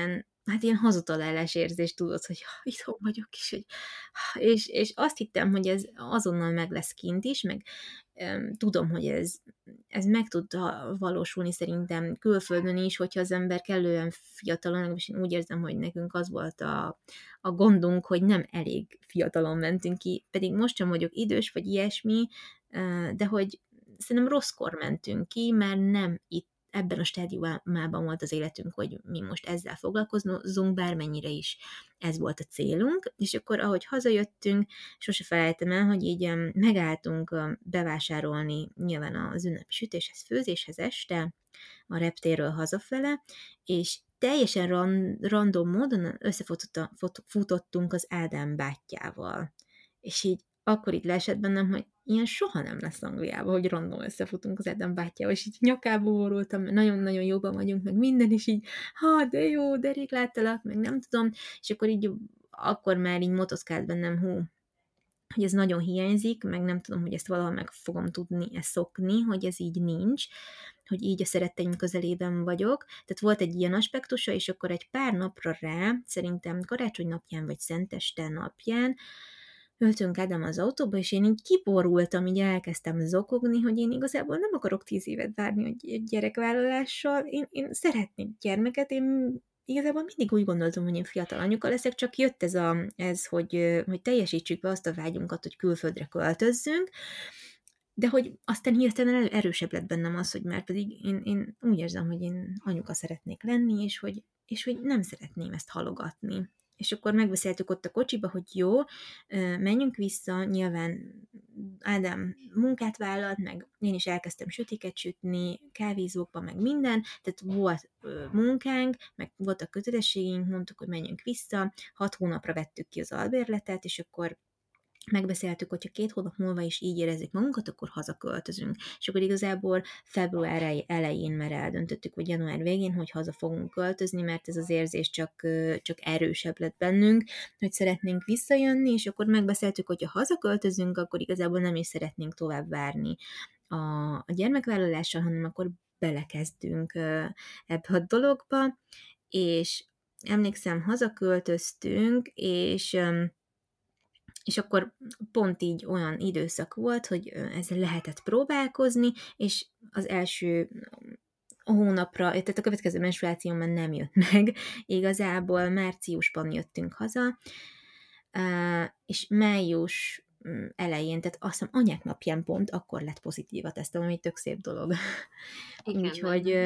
hát ilyen hazatalálás érzést tudod, hogy itthon vagyok, és, hogy, és, és azt hittem, hogy ez azonnal meg lesz kint is, meg um, tudom, hogy ez, ez meg tud valósulni szerintem külföldön is, hogyha az ember kellően fiatalon, és én úgy érzem, hogy nekünk az volt a, a gondunk, hogy nem elég fiatalon mentünk ki, pedig most sem vagyok idős, vagy ilyesmi, de hogy szerintem rosszkor mentünk ki, mert nem itt ebben a stádiumában volt az életünk, hogy mi most ezzel foglalkozunk, bármennyire is ez volt a célunk, és akkor ahogy hazajöttünk, sose felejtem el, hogy így megálltunk bevásárolni nyilván az ünnepi sütéshez, főzéshez este, a reptérről hazafele, és teljesen ran, random módon összefutottunk az Ádám bátyjával. És így akkor így leesett bennem, hogy ilyen soha nem lesz Angliában, hogy random összefutunk az Ádám bátyjával, és így nyakába borultam, nagyon-nagyon jóban vagyunk, meg minden, és így, ha, de jó, de rég láttalak, meg nem tudom, és akkor így, akkor már így motoszkált bennem, hú, hogy ez nagyon hiányzik, meg nem tudom, hogy ezt valahol meg fogom tudni ezt szokni, hogy ez így nincs, hogy így a szeretteim közelében vagyok. Tehát volt egy ilyen aspektusa, és akkor egy pár napra rá, szerintem karácsony napján, vagy szenteste napján, ültünk Ádám az autóba, és én így kiborultam, így elkezdtem zokogni, hogy én igazából nem akarok tíz évet várni egy gyerekvállalással, én, én szeretnék gyermeket, én igazából mindig úgy gondoltam, hogy én fiatal anyuka leszek, csak jött ez, a, ez hogy, hogy teljesítsük be azt a vágyunkat, hogy külföldre költözzünk, de hogy aztán hirtelen erősebb lett bennem az, hogy már pedig én, én úgy érzem, hogy én anyuka szeretnék lenni, és hogy, és hogy nem szeretném ezt halogatni. És akkor megbeszéltük ott a kocsiba, hogy jó, menjünk vissza, nyilván Ádám munkát vállalt, meg én is elkezdtem sütiket sütni, kávézókban, meg minden, tehát volt munkánk, meg voltak kötelességeink, mondtuk, hogy menjünk vissza, hat hónapra vettük ki az albérletet, és akkor megbeszéltük, hogyha két hónap múlva is így érezzük magunkat, akkor hazaköltözünk. És akkor igazából február elején már eldöntöttük, vagy január végén, hogy haza fogunk költözni, mert ez az érzés csak, csak erősebb lett bennünk, hogy szeretnénk visszajönni, és akkor megbeszéltük, hogyha hazaköltözünk, akkor igazából nem is szeretnénk tovább várni a, a gyermekvállalással, hanem akkor belekezdünk ebbe a dologba, és emlékszem, hazaköltöztünk, és és akkor pont így olyan időszak volt, hogy ezzel lehetett próbálkozni, és az első hónapra, tehát a következő menstruációban nem jött meg, igazából márciusban jöttünk haza, és május elején, tehát azt hiszem anyák napján pont akkor lett pozitív a tesztem, ami tök szép dolog. Igen, úgyhogy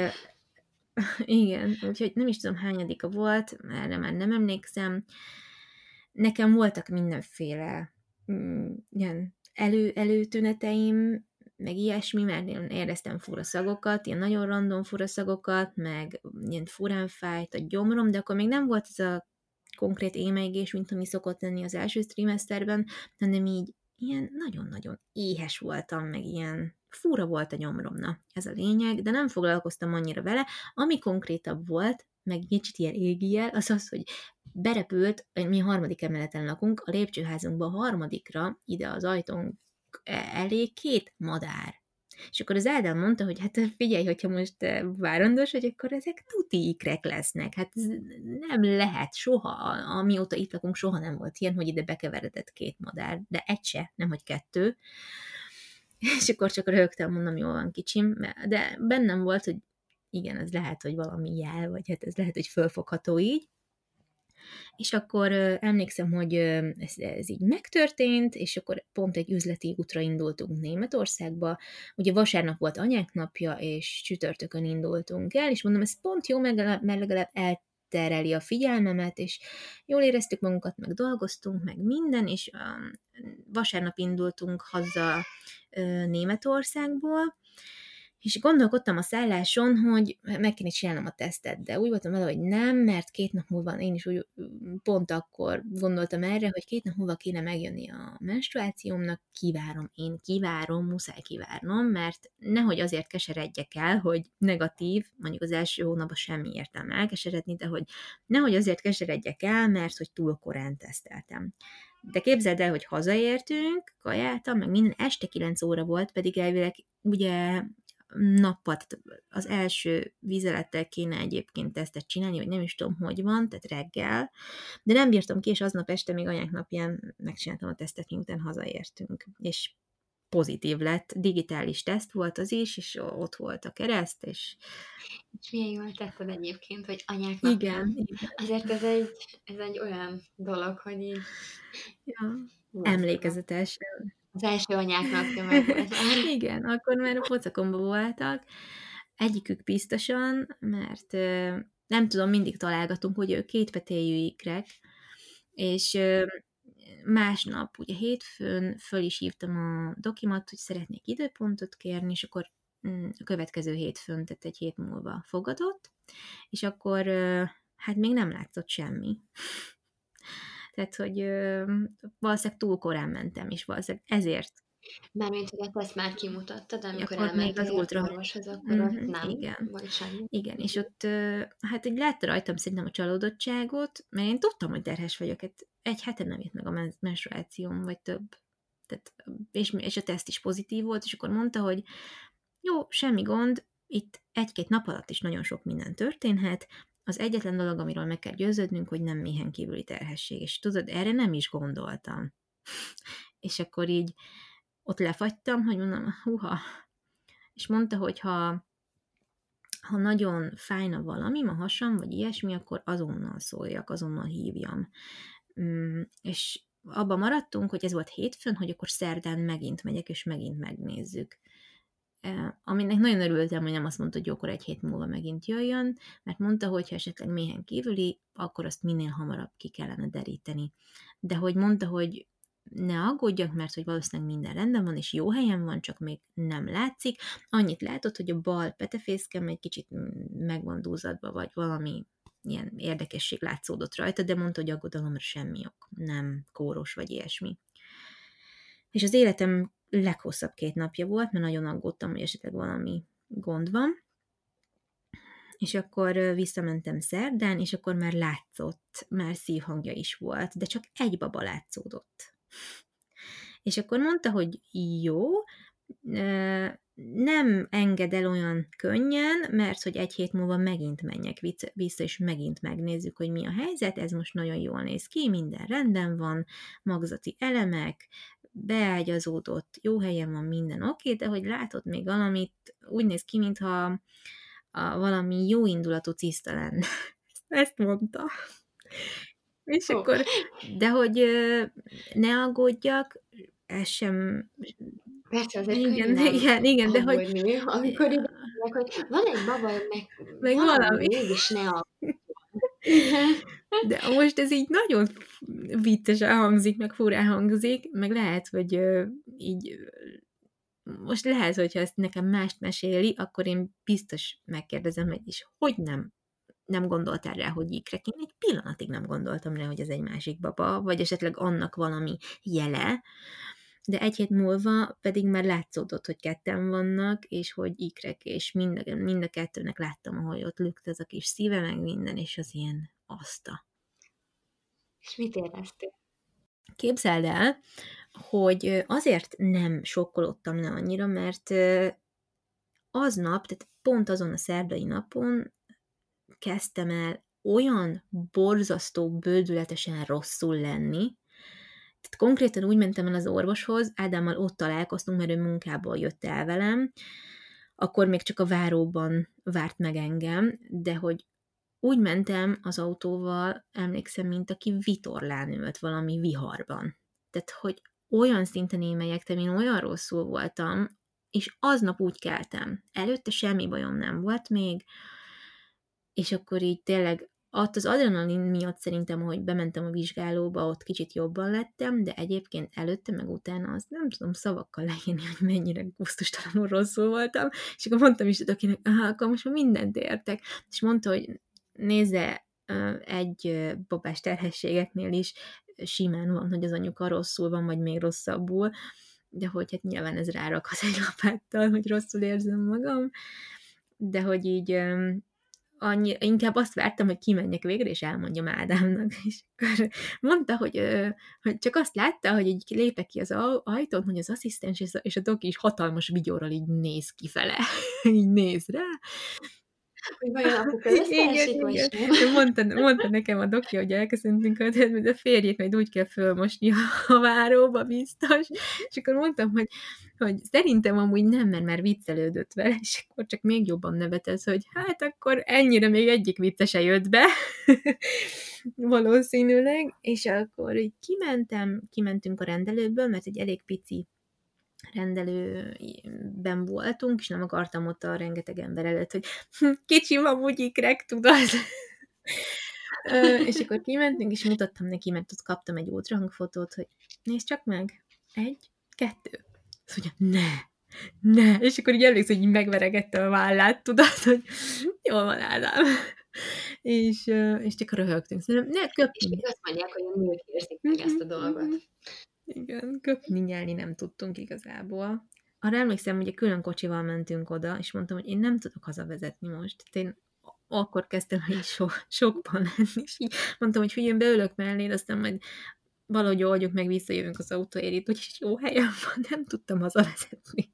igen, úgyhogy nem is tudom hányadika volt, erre már nem emlékszem. Nekem voltak mindenféle mm, ilyen elő, előtüneteim, meg ilyesmi, mert én éreztem fura szagokat, ilyen nagyon random fura szagokat, meg ilyen furán fájt a gyomrom, de akkor még nem volt ez a konkrét émeigés, mint ami szokott lenni az első trimeszterben, hanem így ilyen nagyon-nagyon éhes voltam, meg ilyen fura volt a gyomromna, ez a lényeg, de nem foglalkoztam annyira vele. Ami konkrétabb volt, meg kicsit ilyen égjel, az az, hogy berepült, mi a harmadik emeleten lakunk, a lépcsőházunkban a harmadikra, ide az ajtónk elé két madár. És akkor az Ádám mondta, hogy hát figyelj, hogyha most várandós, hogy akkor ezek tuti ikrek lesznek. Hát ez nem lehet soha, amióta itt lakunk, soha nem volt ilyen, hogy ide bekeveredett két madár, de egy se, nem hogy kettő. És akkor csak rögtön mondom, jól van kicsim, de bennem volt, hogy igen, ez lehet, hogy valami jel, vagy hát ez lehet, hogy fölfogható így. És akkor ö, emlékszem, hogy ö, ez, ez így megtörtént, és akkor pont egy üzleti útra indultunk Németországba. Ugye vasárnap volt anyák napja, és csütörtökön indultunk el, és mondom, ez pont jó, mert legalább eltereli a figyelmemet, és jól éreztük magunkat, meg dolgoztunk, meg minden, és ö, vasárnap indultunk haza ö, Németországból, és gondolkodtam a szálláson, hogy meg kéne csinálnom a tesztet, de úgy voltam vele, hogy nem, mert két nap múlva, én is úgy pont akkor gondoltam erre, hogy két nap múlva kéne megjönni a menstruációmnak, kivárom, én kivárom, muszáj kivárnom, mert nehogy azért keseredjek el, hogy negatív, mondjuk az első hónapban semmi értelme elkeseredni, de hogy nehogy azért keseredjek el, mert hogy túl korán teszteltem. De képzeld el, hogy hazaértünk, kajáltam, meg minden este kilenc óra volt, pedig elvileg ugye nappal, tehát az első vizelettel kéne egyébként tesztet csinálni, vagy nem is tudom, hogy van, tehát reggel, de nem bírtam ki, és aznap este még anyák napján megcsináltam a tesztet, miután hazaértünk, és pozitív lett, digitális teszt volt az is, és ott volt a kereszt, és És milyen jól tetted egyébként, hogy anyák igen, napján. igen. Azért ez egy, ez egy olyan dolog, hogy így Ja, László. emlékezetes. Az első anyák napja meg volt már. Igen, akkor már a pocakomba voltak. Egyikük biztosan, mert ö, nem tudom, mindig találgatunk, hogy ő kétpetélyű ikrek, és ö, másnap, ugye hétfőn föl is hívtam a dokimat, hogy szeretnék időpontot kérni, és akkor mm, a következő hétfőn, tehát egy hét múlva fogadott, és akkor ö, hát még nem látszott semmi. Tehát, hogy ö, valószínűleg túl korán mentem, és valószínűleg ezért. Mármint, hogy a teszt már kimutatta, de amikor Akkor még az elmentél ultra. orvoshoz, akkor ott Uh-huh, nem, igen. vagy semmi. Igen, és ott hát így látta rajtam szerintem a csalódottságot, mert én tudtam, hogy terhes vagyok, hát egy hete nem jött meg a menstruációm, vagy több. Tehát, és, és a teszt is pozitív volt, és akkor mondta, hogy jó, semmi gond, itt egy-két nap alatt is nagyon sok minden történhet, az egyetlen dolog, amiről meg kell győződnünk, hogy nem méhen kívüli terhesség, és tudod, erre nem is gondoltam. És akkor így ott lefagytam, hogy mondom, húha, és mondta, hogy ha ha nagyon fájna valami, a hasam, vagy ilyesmi, akkor azonnal szóljak, azonnal hívjam. Mm, és abban maradtunk, hogy ez volt hétfőn, hogy akkor szerdán megint megyek, és megint megnézzük. E, aminek nagyon örültem, hogy nem azt mondta, hogy jó, akkor egy hét múlva megint jöjjön, mert mondta, hogy ha esetleg méhen kívüli, akkor azt minél hamarabb ki kellene deríteni. De hogy mondta, hogy ne aggódjak, mert hogy valószínűleg minden rendben van, és jó helyen van, csak még nem látszik. Annyit látott, hogy a bal petefészkem egy kicsit meg van dúzadva, vagy valami ilyen érdekesség látszódott rajta, de mondta, hogy aggodalomra semmi ok, nem kóros, vagy ilyesmi. És az életem leghosszabb két napja volt, mert nagyon aggódtam, hogy esetleg valami gond van. És akkor visszamentem szerdán, és akkor már látszott, már szívhangja is volt, de csak egy baba látszódott. És akkor mondta, hogy jó, nem enged el olyan könnyen, mert hogy egy hét múlva megint menjek vissza, és megint megnézzük, hogy mi a helyzet, ez most nagyon jól néz ki, minden rendben van, magzati elemek, beágyazódott, jó helyen van minden oké, de hogy látod még valamit, úgy néz ki, mintha a valami jó indulatú ciszta lenne. Ezt mondta. És Oh. akkor, de hogy ne aggódjak, ez sem... Persze, azért igen, könnyű igen, igen, de hogy... aggódni, amikor ide hogy van egy baba, meg, meg valami, valami. mégis ne aggódjon. Igen. De most ez így nagyon viccesen hangzik, meg furán hangzik, meg lehet, hogy így most lehet, hogyha ezt nekem mást meséli, akkor én biztos megkérdezem, hogy is hogy nem, nem gondoltál rá, hogy ikrek. Én egy pillanatig nem gondoltam rá, hogy ez egy másik baba, vagy esetleg annak valami jele, de egy hét múlva pedig már látszódott, hogy ketten vannak, és hogy ikrek, és mind a, mind a kettőnek láttam, ahogy ott lükte az a kis szíve, meg minden, és az ilyen aszta. És mit éreztél? Képzeld el, hogy azért nem sokkolódtam le annyira, mert aznap, tehát pont azon a szerdai napon kezdtem el olyan borzasztó, bődületesen rosszul lenni, tehát konkrétan úgy mentem el az orvoshoz, Ádámmal ott találkoztunk, mert ő munkából jött el velem, akkor még csak a váróban várt meg engem, de hogy úgy mentem az autóval, emlékszem, mint aki vitorlán ült valami viharban. Tehát, hogy olyan szinten émelyegtem, én olyan rosszul voltam, és aznap úgy keltem. Előtte semmi bajom nem volt még, és akkor így tényleg ott az adrenalin miatt szerintem, hogy bementem a vizsgálóba, ott kicsit jobban lettem, de egyébként előtte, meg utána azt nem tudom szavakkal leírni, hogy mennyire gusztustalanul rosszul voltam, és akkor mondtam is akinek, aha, akkor most már mindent értek, és mondta, hogy nézze, egy babás terhességeknél is simán van, hogy az anyuka rosszul van, vagy még rosszabbul, de hogy hát nyilván ez rárakhat egy lapáttal, hogy rosszul érzem magam, de hogy így annyi inkább azt vártam, hogy kimenjek végre, és elmondjam Ádámnak, és akkor mondta, hogy, ö, hogy csak azt látta, hogy így lépek ki az au ajtón, hogy az asszisztens és a és a doki is hatalmas vigyorral így néz kifele, így néz rá. Hogy vajon apuka Igen, összeesik, vagy igen. sem? De mondta mondta nekem a doki, hogy elköszöntünk, hogy a férjét majd úgy kell fölmosni a váróba biztos, és akkor mondtam, hogy hogy szerintem amúgy nem, mert már viccelődött vele, és akkor csak még jobban nevetett, hogy hát akkor ennyire még egyik vicce se jött be, valószínűleg, és akkor így kimentem, kimentünk a rendelőből, mert egy elég pici rendelőben voltunk, és nem akartam ott a rengeteg ember előtt, hogy kicsim amúgy ikrek, tudod? Ö, és akkor kimentünk, és mutattam neki, mert ott kaptam egy ultrahangfotót, hogy nézd csak meg, egy, kettő. Azt mondja, ne, ne, és akkor így emlékszem, hogy így megveregette a vállát, tudod, hogy jól van, Ádám. És, ö, és csak röhögtünk. Szerintem, ne, És köpni. még azt mondják, hogy a nők érzik meg ezt a dolgot. Igen, köpni, nyelni nem tudtunk igazából. Arra emlékszem, hogy külön kocsival mentünk oda, és mondtam, hogy én nem tudok hazavezetni most. Tehát én akkor kezdtem el így so, sokban lenni, és így mondtam, hogy figyelj, beülök melléd, aztán majd valahogy oldjuk meg, visszajövünk az autóért, úgyis jó helyen van, nem tudtam hazavezetni.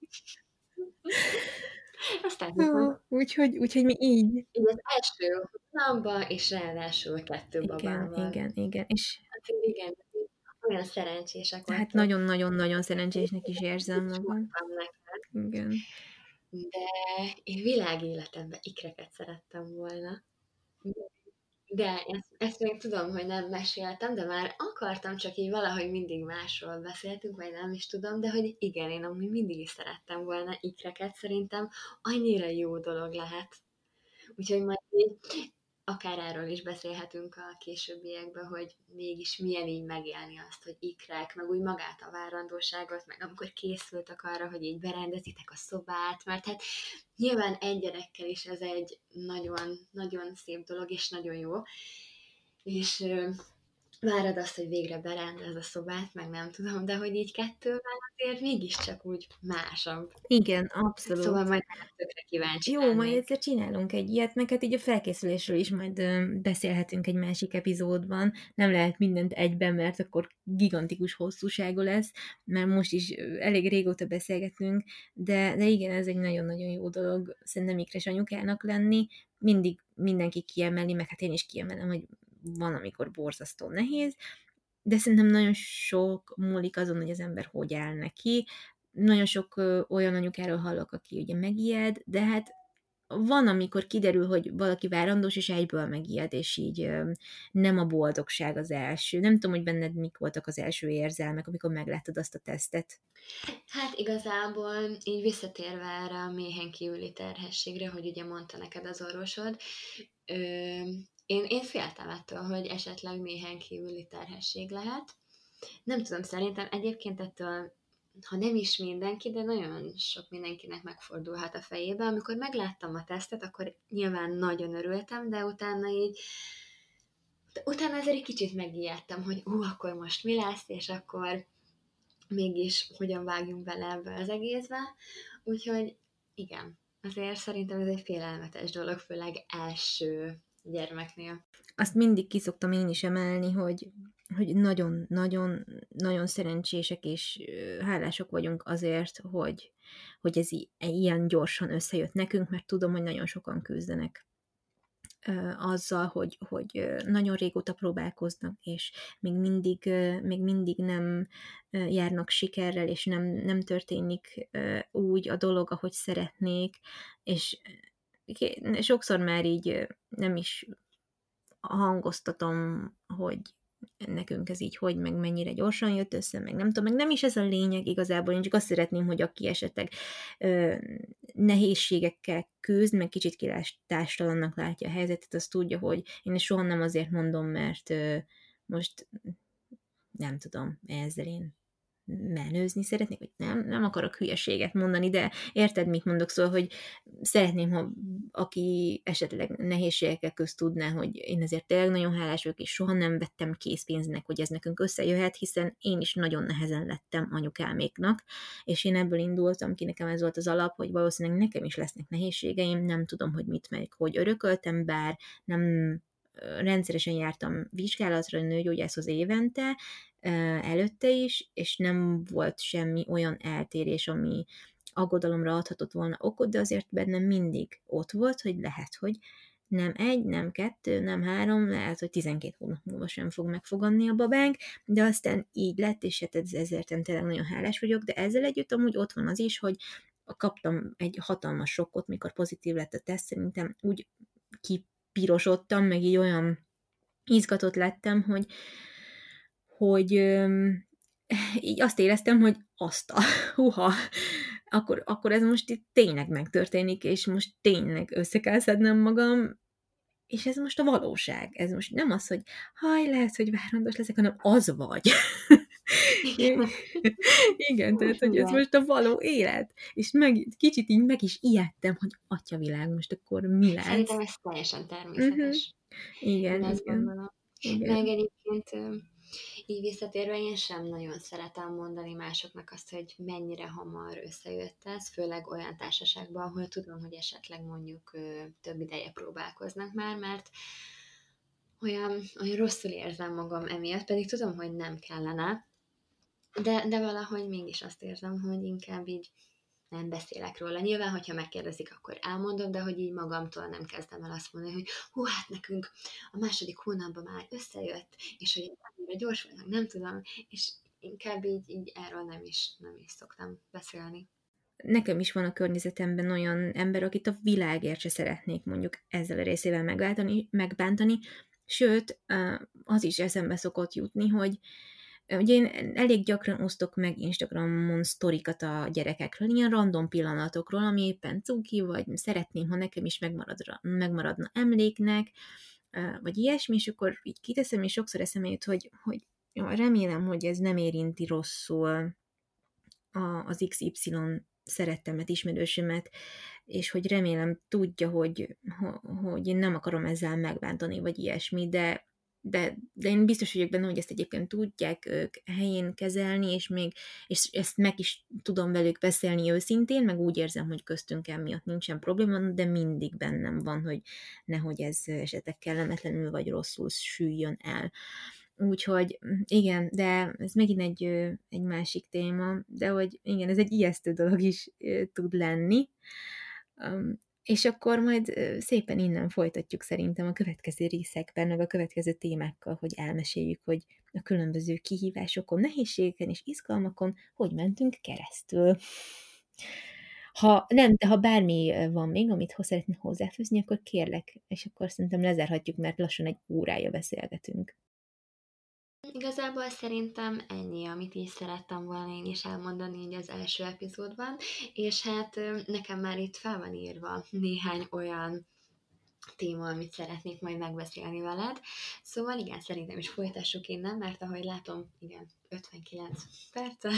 Aztán Ja, úgyhogy, úgyhogy mi így. így az első hónapban, és ráadásul kettő Igen, babával. igen, igen. És Hát igen, olyan szerencsések hát vagytok. nagyon-nagyon-nagyon szerencsésnek is érzem Is magam. mondtam neked, Igen. de én világéletemben ikreket szerettem volna. De ezt, ezt még tudom, hogy nem meséltem, de már akartam, csak így valahogy mindig másról beszéltünk, vagy nem is tudom, de hogy igen, én amúgy mindig is szerettem volna ikreket, szerintem annyira jó dolog lehet. Úgyhogy majd így akár erről is beszélhetünk a későbbiekben, hogy mégis milyen így megélni azt, hogy ikrek, meg úgy magát a várandóságot, meg amikor készültek arra, hogy így berendezitek a szobát, mert hát nyilván egy gyerekkel is ez egy nagyon, nagyon szép dolog, és nagyon jó, és ö, várod azt, hogy végre berendez a szobát, meg nem tudom, de hogy így kettővel azért mégiscsak úgy másabb. Igen, Szóval abszolút. majd erre tökre kíváncsi Jó, majd lennék. egyszer csinálunk egy ilyet, meg hát így a felkészülésről is majd ö, beszélhetünk egy másik epizódban. Nem lehet mindent egyben, mert akkor gigantikus hosszúsága lesz, mert most is ö, elég régóta beszélgetünk, de, de igen, ez egy nagyon-nagyon jó dolog szerintem ikres anyukának lenni. Mindig mindenki kiemeli, meg hát én is kiemelem, hogy van, amikor borzasztó nehéz, de szerintem nagyon sok múlik azon, hogy az ember hogy áll neki. Nagyon sok ö, olyan anyukáról hallok, aki ugye megijed, de hát van, amikor kiderül, hogy valaki várandós, és egyből megijed, és így ö, nem a boldogság az első. Nem tudom, hogy benned mik voltak az első érzelmek, amikor megláttad azt a tesztet. Hát igazából így visszatérve erre a méhen kívüli terhességre, hogy ugye mondta neked az orvosod, ö, én, én féltem ettől, hogy esetleg méhen kívüli terhesség lehet. Nem tudom, szerintem egyébként ettől, ha nem is mindenki, de nagyon sok mindenkinek megfordulhat a fejébe. Amikor megláttam a tesztet, akkor nyilván nagyon örültem, de utána így utána azért egy kicsit megijedtem, hogy ú, akkor most mi lesz, és akkor mégis hogyan vágjunk bele ebbe az egészbe. Úgyhogy igen, azért szerintem ez egy félelmetes dolog, főleg első gyermeknél. Azt mindig ki szoktam én is emelni, hogy hogy nagyon-nagyon-nagyon szerencsések és ö, hálások vagyunk azért, hogy, hogy ez i- ilyen gyorsan összejött nekünk, mert tudom, hogy nagyon sokan küzdenek ö, azzal, hogy, hogy ö, nagyon régóta próbálkoznak, és még mindig, ö, még mindig nem ö, járnak sikerrel, és nem, nem történik ö, úgy a dolog, ahogy szeretnék, és ké- sokszor már így ö, nem is hangoztatom, hogy nekünk ez így hogy, meg mennyire gyorsan jött össze, meg nem tudom, meg nem is ez a lényeg igazából, én csak azt szeretném, hogy aki esetleg ö, nehézségekkel küzd, meg kicsit kilátástalannak látja a helyzetet, az tudja, hogy én ezt soha nem azért mondom, mert ö, most nem tudom, ezzel én menőzni szeretnék, vagy nem, nem akarok hülyeséget mondani, de érted, mit mondok, szóval, hogy szeretném, ha aki esetleg nehézségekkel közt tudná, hogy én ezért tényleg nagyon hálás vagyok, és soha nem vettem készpénznek, hogy ez nekünk összejöhet, hiszen én is nagyon nehezen lettem anyukáméknak, és én ebből indultam ki, nekem ez volt az alap, hogy valószínűleg nekem is lesznek nehézségeim, nem tudom, hogy mit meg, hogy örököltem, bár nem rendszeresen jártam vizsgálatra, nőgyógyászhoz évente, előtte is, és nem volt semmi olyan eltérés, ami aggodalomra adhatott volna okot, de azért bennem mindig ott volt, hogy lehet, hogy nem egy, nem kettő, nem három, lehet, hogy tizenkét hónap múlva sem fog megfogadni a babánk, de aztán így lett, és hát ezért én tényleg nagyon hálás vagyok, de ezzel együtt amúgy ott van az is, hogy kaptam egy hatalmas sokkot, mikor pozitív lett a teszt, szerintem úgy kipirosodtam, meg így olyan izgatott lettem, hogy hogy öm, így azt éreztem, hogy azt a, huha, akkor, akkor ez most itt tényleg megtörténik, és most tényleg össze kell szednem magam, és ez most a valóság. Ez most nem az, hogy haj, lehet, hogy várandós leszek, hanem az vagy. Igen. Igen, tehát, hogy ez Igen. most a való élet. És meg, kicsit így meg is ijedtem, hogy atyavilág, most akkor mi lesz? Szerintem ez teljesen Uh-huh. természetes. Igen, Én azt igen. gondolom. Igen. Meg egyébként ö, így visszatérve én sem nagyon szeretem mondani másoknak azt, hogy mennyire hamar összejött ez, főleg olyan társaságban, ahol tudom, hogy esetleg mondjuk ö, több ideje próbálkoznak már, mert olyan, olyan rosszul érzem magam emiatt, pedig tudom, hogy nem kellene, de, de valahogy mégis azt érzem, hogy inkább így nem beszélek róla. Nyilván, hogyha megkérdezik, akkor elmondom, de hogy így magamtól nem kezdem el azt mondani, hogy hú, hát nekünk a második hónapban már összejött, és hogy annyira gyors vagyok, nem tudom, és inkább így, így erről nem is, nem is szoktam beszélni. Nekem is van a környezetemben olyan ember, akit a világért se szeretnék mondjuk ezzel a részével megbántani, megbántani, sőt, az is eszembe szokott jutni, hogy ugye én elég gyakran osztok meg Instagramon sztorikat a gyerekekről, ilyen random pillanatokról, ami éppen cuki, vagy szeretném, ha nekem is megmaradra, megmaradna emléknek, vagy ilyesmi, és akkor így kiteszem, és sokszor eszembe jut, hogy, hogy jó, remélem, hogy ez nem érinti rosszul a, az iksz ipszilon szerettemet, ismerősömet, és hogy remélem tudja, hogy, hogy én nem akarom ezzel megbántani, vagy ilyesmi, de, de, de én biztos vagyok benne, hogy ezt egyébként tudják ők helyén kezelni, és még és ezt meg is tudom velük beszélni őszintén, meg úgy érzem, hogy köztünk emiatt nincsen probléma, de mindig bennem van, hogy nehogy ez esetleg kellemetlenül vagy rosszul süljön el. Úgyhogy igen, de ez megint egy, egy másik téma, de hogy igen, ez egy ijesztő dolog is tud lenni. És akkor majd szépen innen folytatjuk szerintem a következő részekben, meg a következő témákkal, hogy elmeséljük, hogy a különböző kihívásokon, nehézségeken és izgalmakon hogy mentünk keresztül. Ha nem, de ha bármi van még, amit szeretnél hozzáfűzni, akkor kérlek, és akkor szerintem lezárhatjuk, mert lassan egy órája beszélgetünk. Igazából szerintem ennyi, amit így szerettem volna én is elmondani így az első epizódban, és hát nekem már itt fel van írva néhány olyan téma, amit szeretnék majd megbeszélni veled. Szóval igen, szerintem is folytassuk innen, mert ahogy látom, igen, ötvenkilenc perce,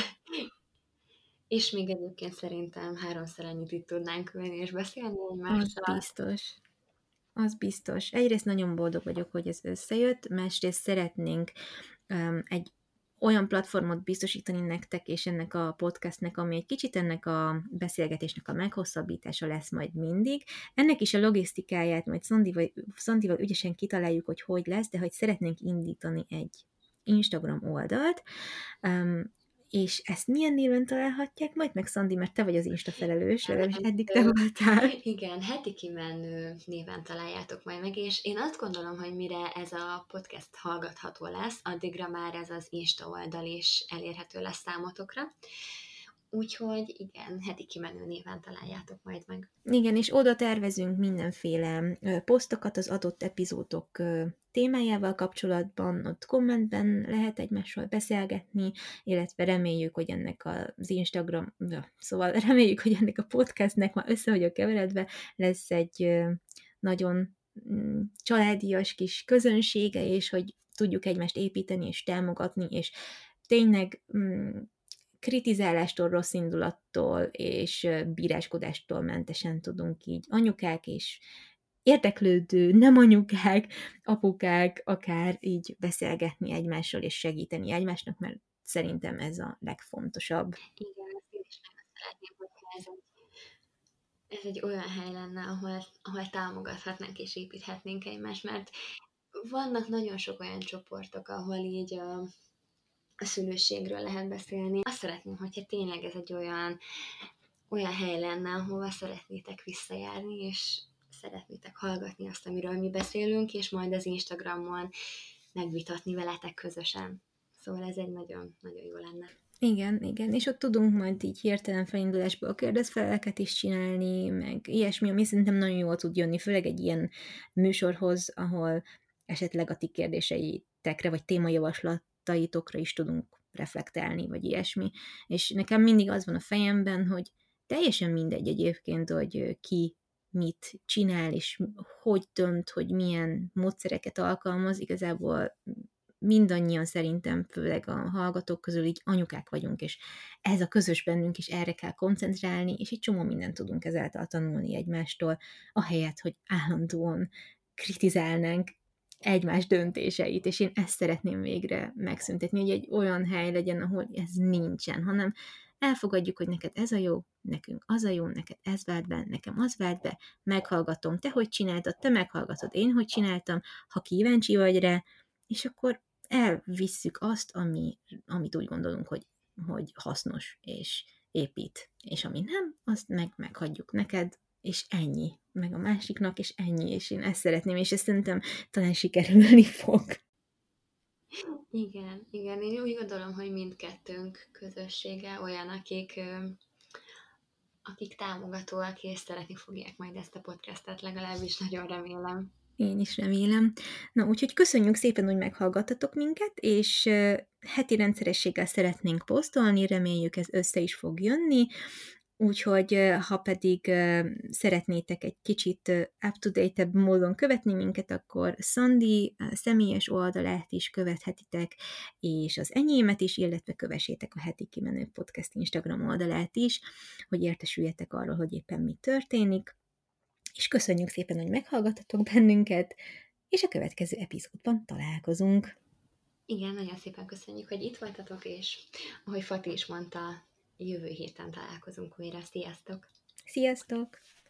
és még egyébként szerintem háromszor ennyit itt tudnánk ülni és beszélni egymással. Az biztos. Az biztos. Egyrészt nagyon boldog vagyok, hogy ez összejött, másrészt szeretnénk um, egy olyan platformot biztosítani nektek és ennek a podcastnek, ami egy kicsit ennek a beszélgetésnek a meghosszabbítása lesz majd mindig. Ennek is a logisztikáját majd Szandival, Szandival ügyesen kitaláljuk, hogy hogy lesz, de hogy szeretnénk indítani egy Instagram oldalt, um, és ezt milyen néven találhatják majd meg, Szandi, mert te vagy az Insta felelős, legalábbis eddig te voltál. Igen, heti kimenő néven találjátok majd meg, és én azt gondolom, hogy mire ez a podcast hallgatható lesz, addigra már ez az Insta oldal is elérhető lesz számotokra. Úgyhogy igen, heti kimenő néven találjátok majd meg. Igen, és oda tervezünk mindenféle posztokat az adott epizódok témájával kapcsolatban, ott kommentben lehet egymással beszélgetni, illetve reméljük, hogy ennek az Instagram, szóval reméljük, hogy ennek a podcastnek már össze vagyok keveredve, lesz egy nagyon családias kis közönsége, és hogy tudjuk egymást építeni és támogatni, és tényleg kritizálástól, rossz indulattól és bíráskodástól mentesen tudunk így anyukák és érdeklődő nem anyukák, apukák akár így beszélgetni egymással és segíteni egymásnak, mert szerintem ez a legfontosabb. Igen, ezt én is nagyon szeretném, hogyha ez egy, ez egy olyan hely lenne, ahol, ahol támogathatnánk és építhetnénk egymást, mert vannak nagyon sok olyan csoportok, ahol így a, a szülőségről lehet beszélni. Azt szeretném, hogyha tényleg ez egy olyan, olyan hely lenne, ahova szeretnétek visszajárni, és szeretnétek hallgatni azt, amiről mi beszélünk, és majd az Instagramon megvitatni veletek közösen. Szóval ez egy nagyon-nagyon jó lenne. Igen, igen, és ott tudunk majd így hirtelen felindulásból kérdezfeleleket is csinálni, meg ilyesmi, ami szerintem nagyon jól tud jönni, főleg egy ilyen műsorhoz, ahol esetleg a ti kérdéseitekre, vagy témajavaslataitokra is tudunk reflektálni, vagy ilyesmi. És nekem mindig az van a fejemben, hogy teljesen mindegy egyébként, hogy ki mit csinál, és hogy dönt, hogy milyen módszereket alkalmaz, igazából mindannyian szerintem, főleg a hallgatók közül így anyukák vagyunk, és ez a közös bennünk is erre kell koncentrálni, és egy csomó mindent tudunk ezáltal tanulni egymástól, ahelyett, hogy állandóan kritizálnánk egymás döntéseit, és én ezt szeretném végre megszüntetni, hogy egy olyan hely legyen, ahol ez nincsen, hanem elfogadjuk, hogy neked ez a jó, nekünk az a jó, neked ez vált be, nekem az vált be, meghallgatom, te hogy csináltad, te meghallgatod, én hogy csináltam, ha kíváncsi vagy rá, és akkor elvisszük azt, ami, amit úgy gondolunk, hogy, hogy hasznos és épít, és ami nem, azt meg meghagyjuk neked, és ennyi, meg a másiknak, és ennyi, és én ezt szeretném, és ezt szerintem talán sikerülni fog. Igen, igen, én úgy gondolom, hogy mindkettőnk közössége olyan, akik, akik támogatóak, és szeretni fogják majd ezt a podcastet, legalábbis nagyon remélem. Én is remélem. Na, úgyhogy köszönjük szépen, hogy meghallgattatok minket, és heti rendszerességgel szeretnénk posztolni, reméljük ez össze is fog jönni, úgyhogy ha pedig szeretnétek egy kicsit up-to-date-ebb módon követni minket, akkor Szandi személyes oldalát is követhetitek, és az enyémet is, illetve kövessétek a Heti Kimenő Podcast Instagram oldalát is, hogy értesüljetek arról, hogy éppen mi történik. És köszönjük szépen, hogy meghallgattatok bennünket, és a következő epizódban találkozunk. Igen, nagyon szépen köszönjük, hogy itt voltatok, és ahogy Fati is mondta, jövő héten találkozunk újra. Sziasztok! Sziasztok!